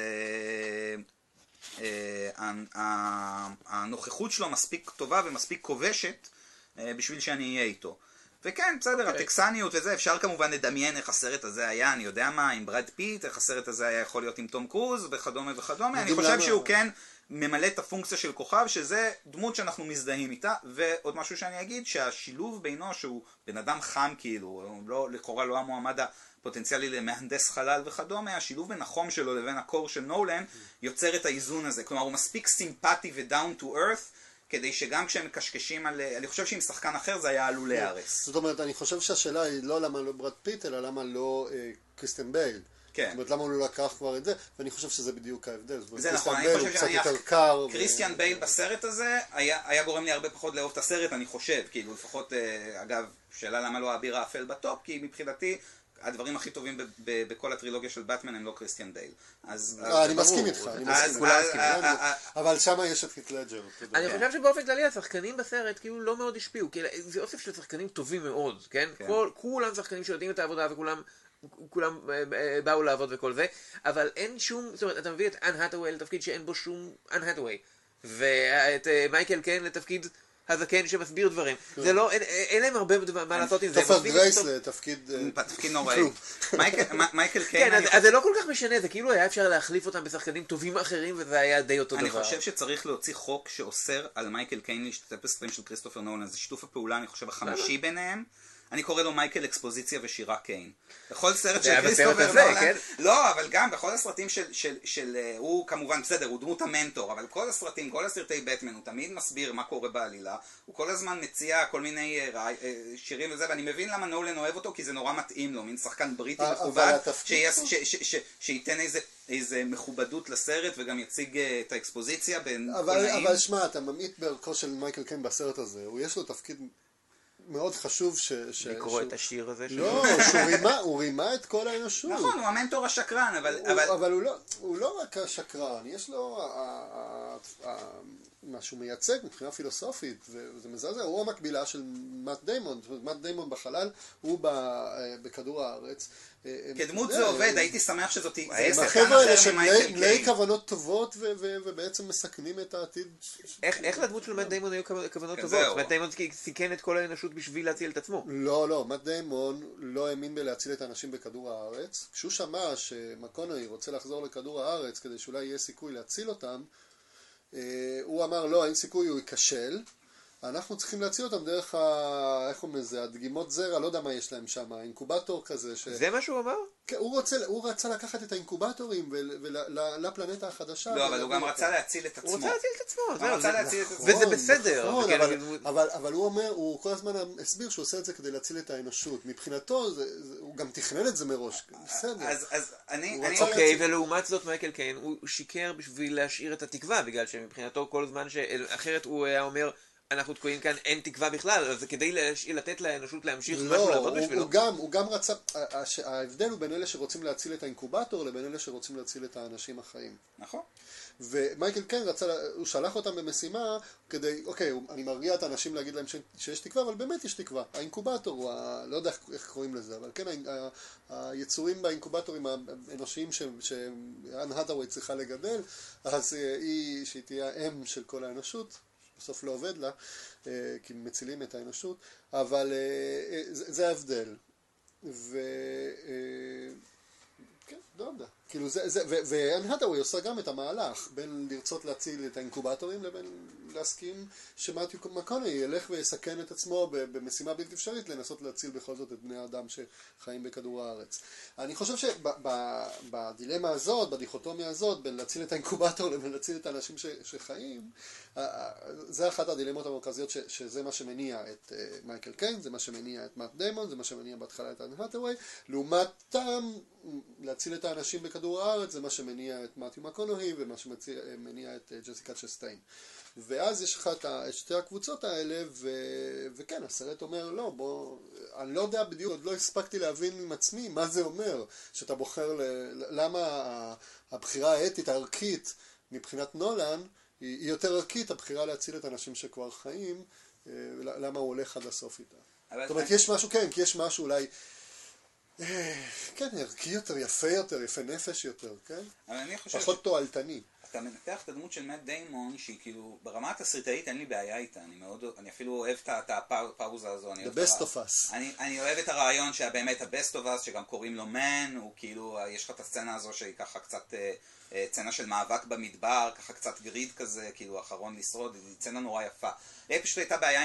הנוכחות שלו מספיק טובה ומספיק כובשת בשביל שאני אהיה איתו. וכן, בסדר, הטקסניות וזה, אפשר כמובן לדמיין איך הסרט הזה היה, אני יודע מה, עם ברד פיט, איך הסרט הזה היה יכול להיות עם תום קרוז וכדומה וכדומה, אני חושב שהוא כן ממלא את הפונקציה של כוכב, שזה דמות שאנחנו מזדהים איתה, ועוד משהו שאני אגיד, שהשילוב בינו, שהוא בן אדם חם כאילו, לכאורה לא המועמד הפוטנציאלי למהנדס חלל וכדומה, השילוב בין החום שלו לבין הקור של נולן, יוצר את האיזון הזה, כלומר הוא מספיק סימפטי ו-down to earth, כדי שגם כשהם מקשקשים על... אני חושב שעם שחקן אחר זה היה עלול להיהרס. זאת אומרת, אני חושב שהשאלה היא לא למה לא ברד פיט, אלא למה לא קריסטיאן בייל. כן. זאת אומרת, למה הוא לא לקח כבר את זה, ואני חושב שזה בדיוק ההבדל. זה נכון, אני חושב קריסטיאן בייל בסרט הזה היה גורם לי הרבה פחות לאהוב את הסרט, אני חושב, כאילו לפחות, אגב, שאלה למה לא האביר האפל בטופ, כי מבחינתי הדברים הכי טובים בכל הטרילוגיה של באטמן הם לא קריסטיאן בייל. אני מסכים איתך, אבל שם יש את קית' לג'ר. אני חושב שבאופן כללי השחקנים בסרט כאילו לא מאוד השפיעו, זה אוסף של שחקנים טובים מאוד, כן? כולם שחקנים שיודעים את העבודה וכולם באו לעבוד וכל זה, אבל אין שום, זאת אומרת, אתה מביא את אן האטווי לתפקיד שאין בו שום אן האטווי, ואת מייקל קיין לתפקיד הזקן שמסביר דברים. זה לא, אין להם הרבה מה לעשות עם זה. תופס גרייס לתפקיד נוראי. מייקל קיין... כן, אז זה לא כל כך משנה, זה כאילו היה אפשר להחליף אותם בשחקנים טובים אחרים, וזה היה די אותו דבר. אני חושב שצריך להוציא חוק שאוסר על מייקל קיין להשתתף בסרטים של כריסטופר נולן. זה שיתוף הפעולה, אני חושב, החמישי ביניהם. אני קורא לו מייקל אקספוזיציה ושירה קיין. בכל סרט של כריסטופר נולן, לא, אבל גם בכל הסרטים של, הוא כמובן בסדר, הוא דמות המנטור, אבל כל הסרטים, כל הסרטי בטמן, הוא תמיד מסביר מה קורה בעלילה, הוא כל הזמן מציע כל מיני שירים וזה, ואני מבין למה נולן אוהב אותו, כי זה נורא מתאים לו, מין שחקן בריטי מכובד, שייתן איזה מכובדות לסרט, וגם יציג את האקספוזיציה בין קולנאים. אבל שמע, אתה ממעיט בערכו של מייקל קיין בסרט הזה, יש לו תפקיד מאוד חשוב לקרוא את השיר הזה לא, הוא רימה את כל האנושות. נכון, הוא המנטור השקרן, אבל הוא לא רק השקרן, יש לו מה שהוא מייצג מבחינה פילוסופית, וזה מזעזע, הוא המקבילה של מאט דיימון. מאט דיימון בחלל, הוא בכדור הארץ. כדמות זה עובד, הייתי שמח שזאת תהיה שחקן אחר ממייקל קיין. מלאי כוונות טובות ובעצם מסכנים את העתיד. איך לדמות של מאט דיימון היו כוונות טובות? מאט דיימון סיכן את כל האנושות בשביל להציל את עצמו. לא, מאט דיימון לא האמין בלהציל את האנשים בכדור הארץ. כשהוא שמע שמקונאי רוצה לחזור לכדור הארץ כדי שאולי יהיה סיכוי להציל אותם, הוא אמר לא, אין סיכוי, הוא ייכשל. אנחנו צריכים להציל אותם דרך איך אומרים זה, הדגימות זרע, לא יודע מה יש להם שם, האינקובטור כזה. זה מה שהוא אמר? כן, הוא רצה לקחת את האינקובטורים לפלנטה החדשה. לא, אבל הוא גם רצה להציל את עצמו. הוא רצה להציל את עצמו, נכון, וזה בסדר. אבל הוא אומר, הוא כל הזמן הסביר שהוא עושה את זה כדי להציל את האנושות. מבחינתו, הוא גם תכנן את זה מראש. בסדר. אז אני... אוקיי, ולעומת זאת מייקל קיין, הוא שיקר בשביל להשאיר את התקווה, בגלל שמבחינתו כל זמן אחרת הוא היה אומר... אנחנו תקועים כאן, אין תקווה בכלל, אז זה כדי לתת לאנושות להמשיך משהו לעבוד בשבילו. הוא גם רצה, ההבדל הוא בין אלה שרוצים להציל את האינקובטור, לבין אלה שרוצים להציל את האנשים החיים. נכון. ומייקל קיין רצה, הוא שלח אותם במשימה כדי, אוקיי, אני מרגיע את האנשים להגיד להם שיש תקווה, אבל באמת יש תקווה. האינקובטור, לא יודע איך קוראים לזה, אבל כן, היצורים באינקובטורים האנושיים שאן האת'ווי צריכה לגדל, אז שהיא תהיה האם של כל האנושות, בסוף לא עובד לה, כי מצילים את האנושות, אבל זה ההבדל. כן, לא יודע. כאילו ואן האת'ווי עושה גם את המהלך בין לרצות להציל את האינקובטורים לבין להסכים שמתיו מקונאי ילך ויסכן את עצמו במשימה בלתי אפשרית לנסות להציל בכל זאת את בני האדם שחיים בכדור הארץ. אני חושב שבדילמה הזאת, בדיכוטומיה הזאת, בין להציל את האינקובטור לבין להציל את האנשים שחיים, זה אחת הדילמות המרכזיות שזה מה שמניע את מייקל קיין, זה מה שמניע את מאט דיימון, זה מה שמניע בהתחלה את אן האת'ווי, לעומתם להציל את האנשים בכדור הארץ זה מה שמניע את מתיו מקונאי ומה שמניע את ג'סיקה צ'סטיין. ואז יש לך את שתי הקבוצות האלה וכן, הסרט אומר לא, אני לא יודע בדיוק, עוד לא הספקתי להבין עם עצמי מה זה אומר שאתה בוחר למה הבחירה האתית הערכית מבחינת נולן היא יותר ערכית, הבחירה להציל את האנשים שכבר חיים, למה הוא הולך עד הסוף איתה. זאת אומרת, יש משהו, כן, כי יש משהו אולי כן, ערכי יותר, יפה יותר, יפה נפש יותר, כן? פחות תועלתני. אתה מנתח את הדמות של מאט דיימון, שהיא כאילו, ברמה התסריטאית אין לי בעיה איתה, אני אפילו אוהב את הפאוזה הזו. The best of us. אני אוהב את הרעיון שבאמת ה-best of us, שגם קוראים לו מן, הוא כאילו, יש לך את הסצנה הזו שהיא ככה קצת, סצנה של מאבק במדבר, ככה קצת גריד כזה, כאילו האחרון לשרוד, היא סצנה נורא יפה. פשוט הייתה בעיה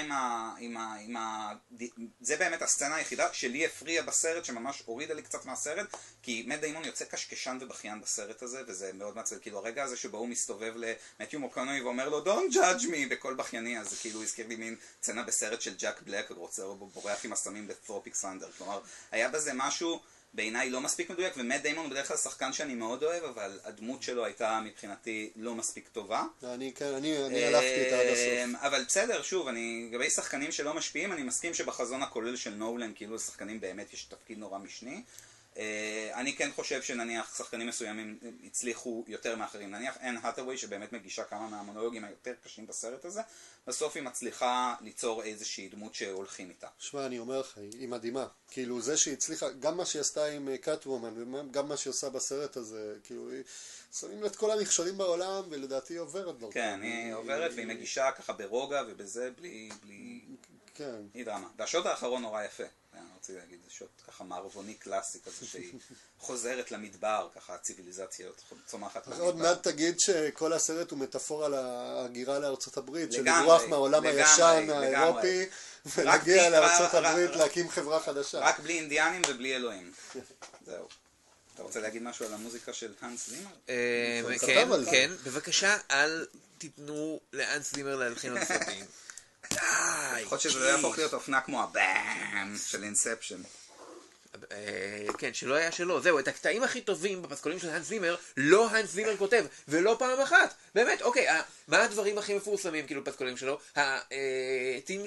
זה באמת הסצנה היחידה שלי הפריעה בסרט, שממש הורידה לי קצת מהסרט, כי מאט דיימון יוצא קשקשן ובכיין בסרט הזה, וזה מאוד מעצבן, כאילו הרגע הזה שבו הוא מסתובב למתיו מקונאי ואומר לו Don't judge me בכל בכייני, אז כאילו הזכיר לי מין סצנה בסרט של ג'ק בלק, הוא בורח עם הסמים בטרופיק סנדר, כלומר היה בזה משהו בעיניי לא מספיק מדויק, ומאט דיימון הוא בדרך כלל שחקן שאני מאוד אוהב, אבל הדמות שלו הייתה מבחינתי לא מספיק טובה. אני הלכתי איתה עד הסוף. אבל בסדר, שוב, לגבי שחקנים שלא משפיעים, אני מסכים שבחזון הכולל של נולן, כאילו לשחקנים באמת יש תפקיד נורא משני. אני כן חושב שנניח שחקנים מסוימים הצליחו יותר מאחרים. נניח אן האת'ווי שבאמת מגישה כמה מהמונולוגים היותר קשים בסרט הזה, בסוף היא מצליחה ליצור איזושהי דמות שהולכים איתה. שמע, אני אומר לך, היא מדהימה. כאילו זה שהיא הצליחה, גם מה שהיא עשתה עם קאטוומן, וגם מה שהיא עושה בסרט הזה, כאילו היא שמים לה את כל המכשולים בעולם, ולדעתי היא עוברת דרכו. כן, היא עוברת והיא מגישה ככה ברוגע ובזה בלי... כן. היא דרמה. והשוט האחרון נורא יפה. אני רוצה להגיד, זה שוט ככה מערבוני קלאסי כזה שהיא חוזרת למדבר, ככה הציביליזציה צומחת למדבר. עוד מעט תגיד שכל הסרט הוא מטאפורה להגירה לארצות הברית, של לברוח מהעולם הישן האירופי, ולהגיע לארצות הברית להקים חברה חדשה. רק בלי אינדיאנים ובלי אלוהים. זהו. אתה רוצה להגיד משהו על המוזיקה של האנס זימר? כן, כן. בבקשה, אל תיתנו לאנס זימר להלחין על סרטים. יכול שזה לא יהפוך להיות אופנה כמו הבאם של אינספשן. כן, שלא היה שלו. זהו, את הקטעים הכי טובים בפסקולים של האנס זימר, לא האנס זימר כותב, ולא פעם אחת. באמת, אוקיי, מה הדברים הכי מפורסמים כאילו בפסקולים שלו? הטים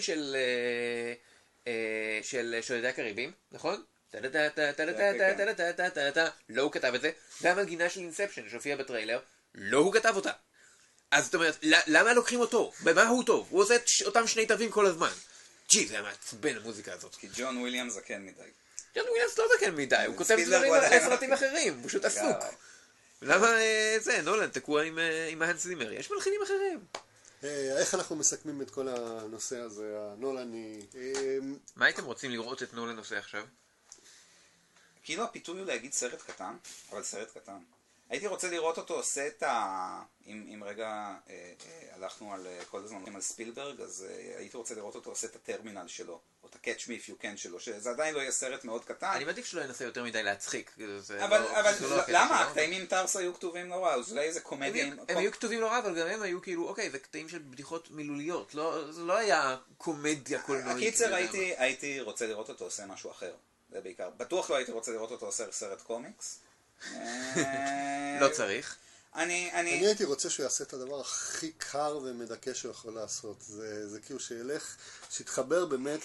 של שודדי הקריבים, נכון? לא הוא כתב את זה. והמנגינה של אינספשן שהופיעה בטריילר, לא הוא כתב אותה. אז זאת אומרת, למה לוקחים אותו? במה הוא טוב? הוא עושה את אותם שני תווים כל הזמן. ג'י, זה מעצבן המוזיקה הזאת. כי ג'ון וויליאמס זקן מדי. ג'ון וויליאמס לא זקן מדי, הוא כותב דברים על סרטים אחרים, הוא פשוט עסוק. למה זה, נולן, תקוע עם האנס זימר? יש מלחינים אחרים. איך אנחנו מסכמים את כל הנושא הזה, הנולני? מה הייתם רוצים לראות את נולן עושה עכשיו? כאילו הפיתוי הוא להגיד סרט קטן, אבל סרט קטן. הייתי רוצה לראות אותו עושה את אם רגע הלכנו על כל הזמן על ספילברג, אז הייתי רוצה לראות אותו עושה את הטרמינל שלו, או את ה-Catch Me If You Can שלו, שזה עדיין לא יהיה סרט מאוד קטן. אני מעדיף שלא ינסה יותר מדי להצחיק. אבל למה? הקטעים עם טרס היו כתובים לא רע, אז אולי איזה קומדיה... הם היו כתובים לא רע, אבל גם הם היו כאילו, אוקיי, זה קטעים של בדיחות מילוליות, זה לא היה קומדיה קולנועית. הקיצר, הייתי רוצה לראות אותו עושה משהו אחר, זה בעיקר. בטוח לא הייתי רוצה לראות אותו עושה סרט קומיקס. לא צריך. אני הייתי רוצה שהוא יעשה את הדבר הכי קר ומדכא שהוא יכול לעשות. זה כאילו שיתחבר באמת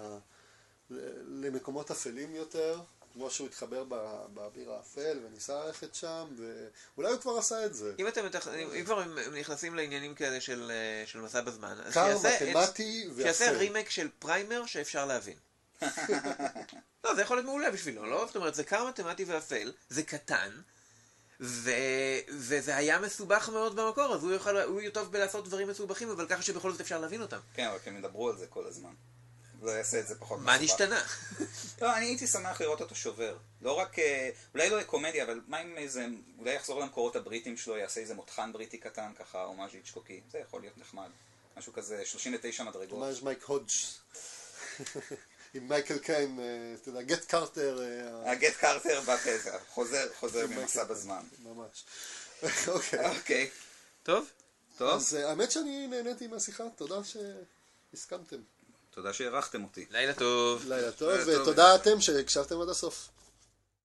למקומות אפלים יותר, כמו שהוא התחבר באוויר האפל וניסה ללכת שם, ואולי הוא כבר עשה את זה. אם כבר נכנסים לעניינים כאלה של מסע בזמן, אז קר, מתמטי ואפל. שיעשה רימק של פריימר שאפשר להבין. לא, זה יכול להיות מעולה בשבילו, לא? זאת אומרת, זה קר מתמטי ואפל, זה קטן, וזה היה מסובך מאוד במקור, אז הוא יהיה טוב בלעשות דברים מסובכים, אבל ככה שבכל זאת אפשר להבין אותם. כן, אבל הם ידברו על זה כל הזמן. לא יעשה את זה פחות מסובך. מה נשתנה? לא, אני הייתי שמח לראות אותו שובר. לא רק, אולי לא לקומדיה, אבל מה אם איזה, אולי יחזור למקורות הבריטים שלו, יעשה איזה מותחן בריטי קטן ככה, או משהו היצ'קוקי. זה יכול להיות נחמד. משהו כזה, 39 מדרגות. מה יש מייק הודג' עם מייקל קיין, אתה יודע, גט קרטר. הגט קרטר חוזר ממסע בזמן. ממש. אוקיי. טוב? אז האמת שאני נהניתי מהשיחה, תודה שהסכמתם. תודה שהערכתם אותי. לילה טוב. לילה טוב, ותודה אתם שהקשבתם עד הסוף.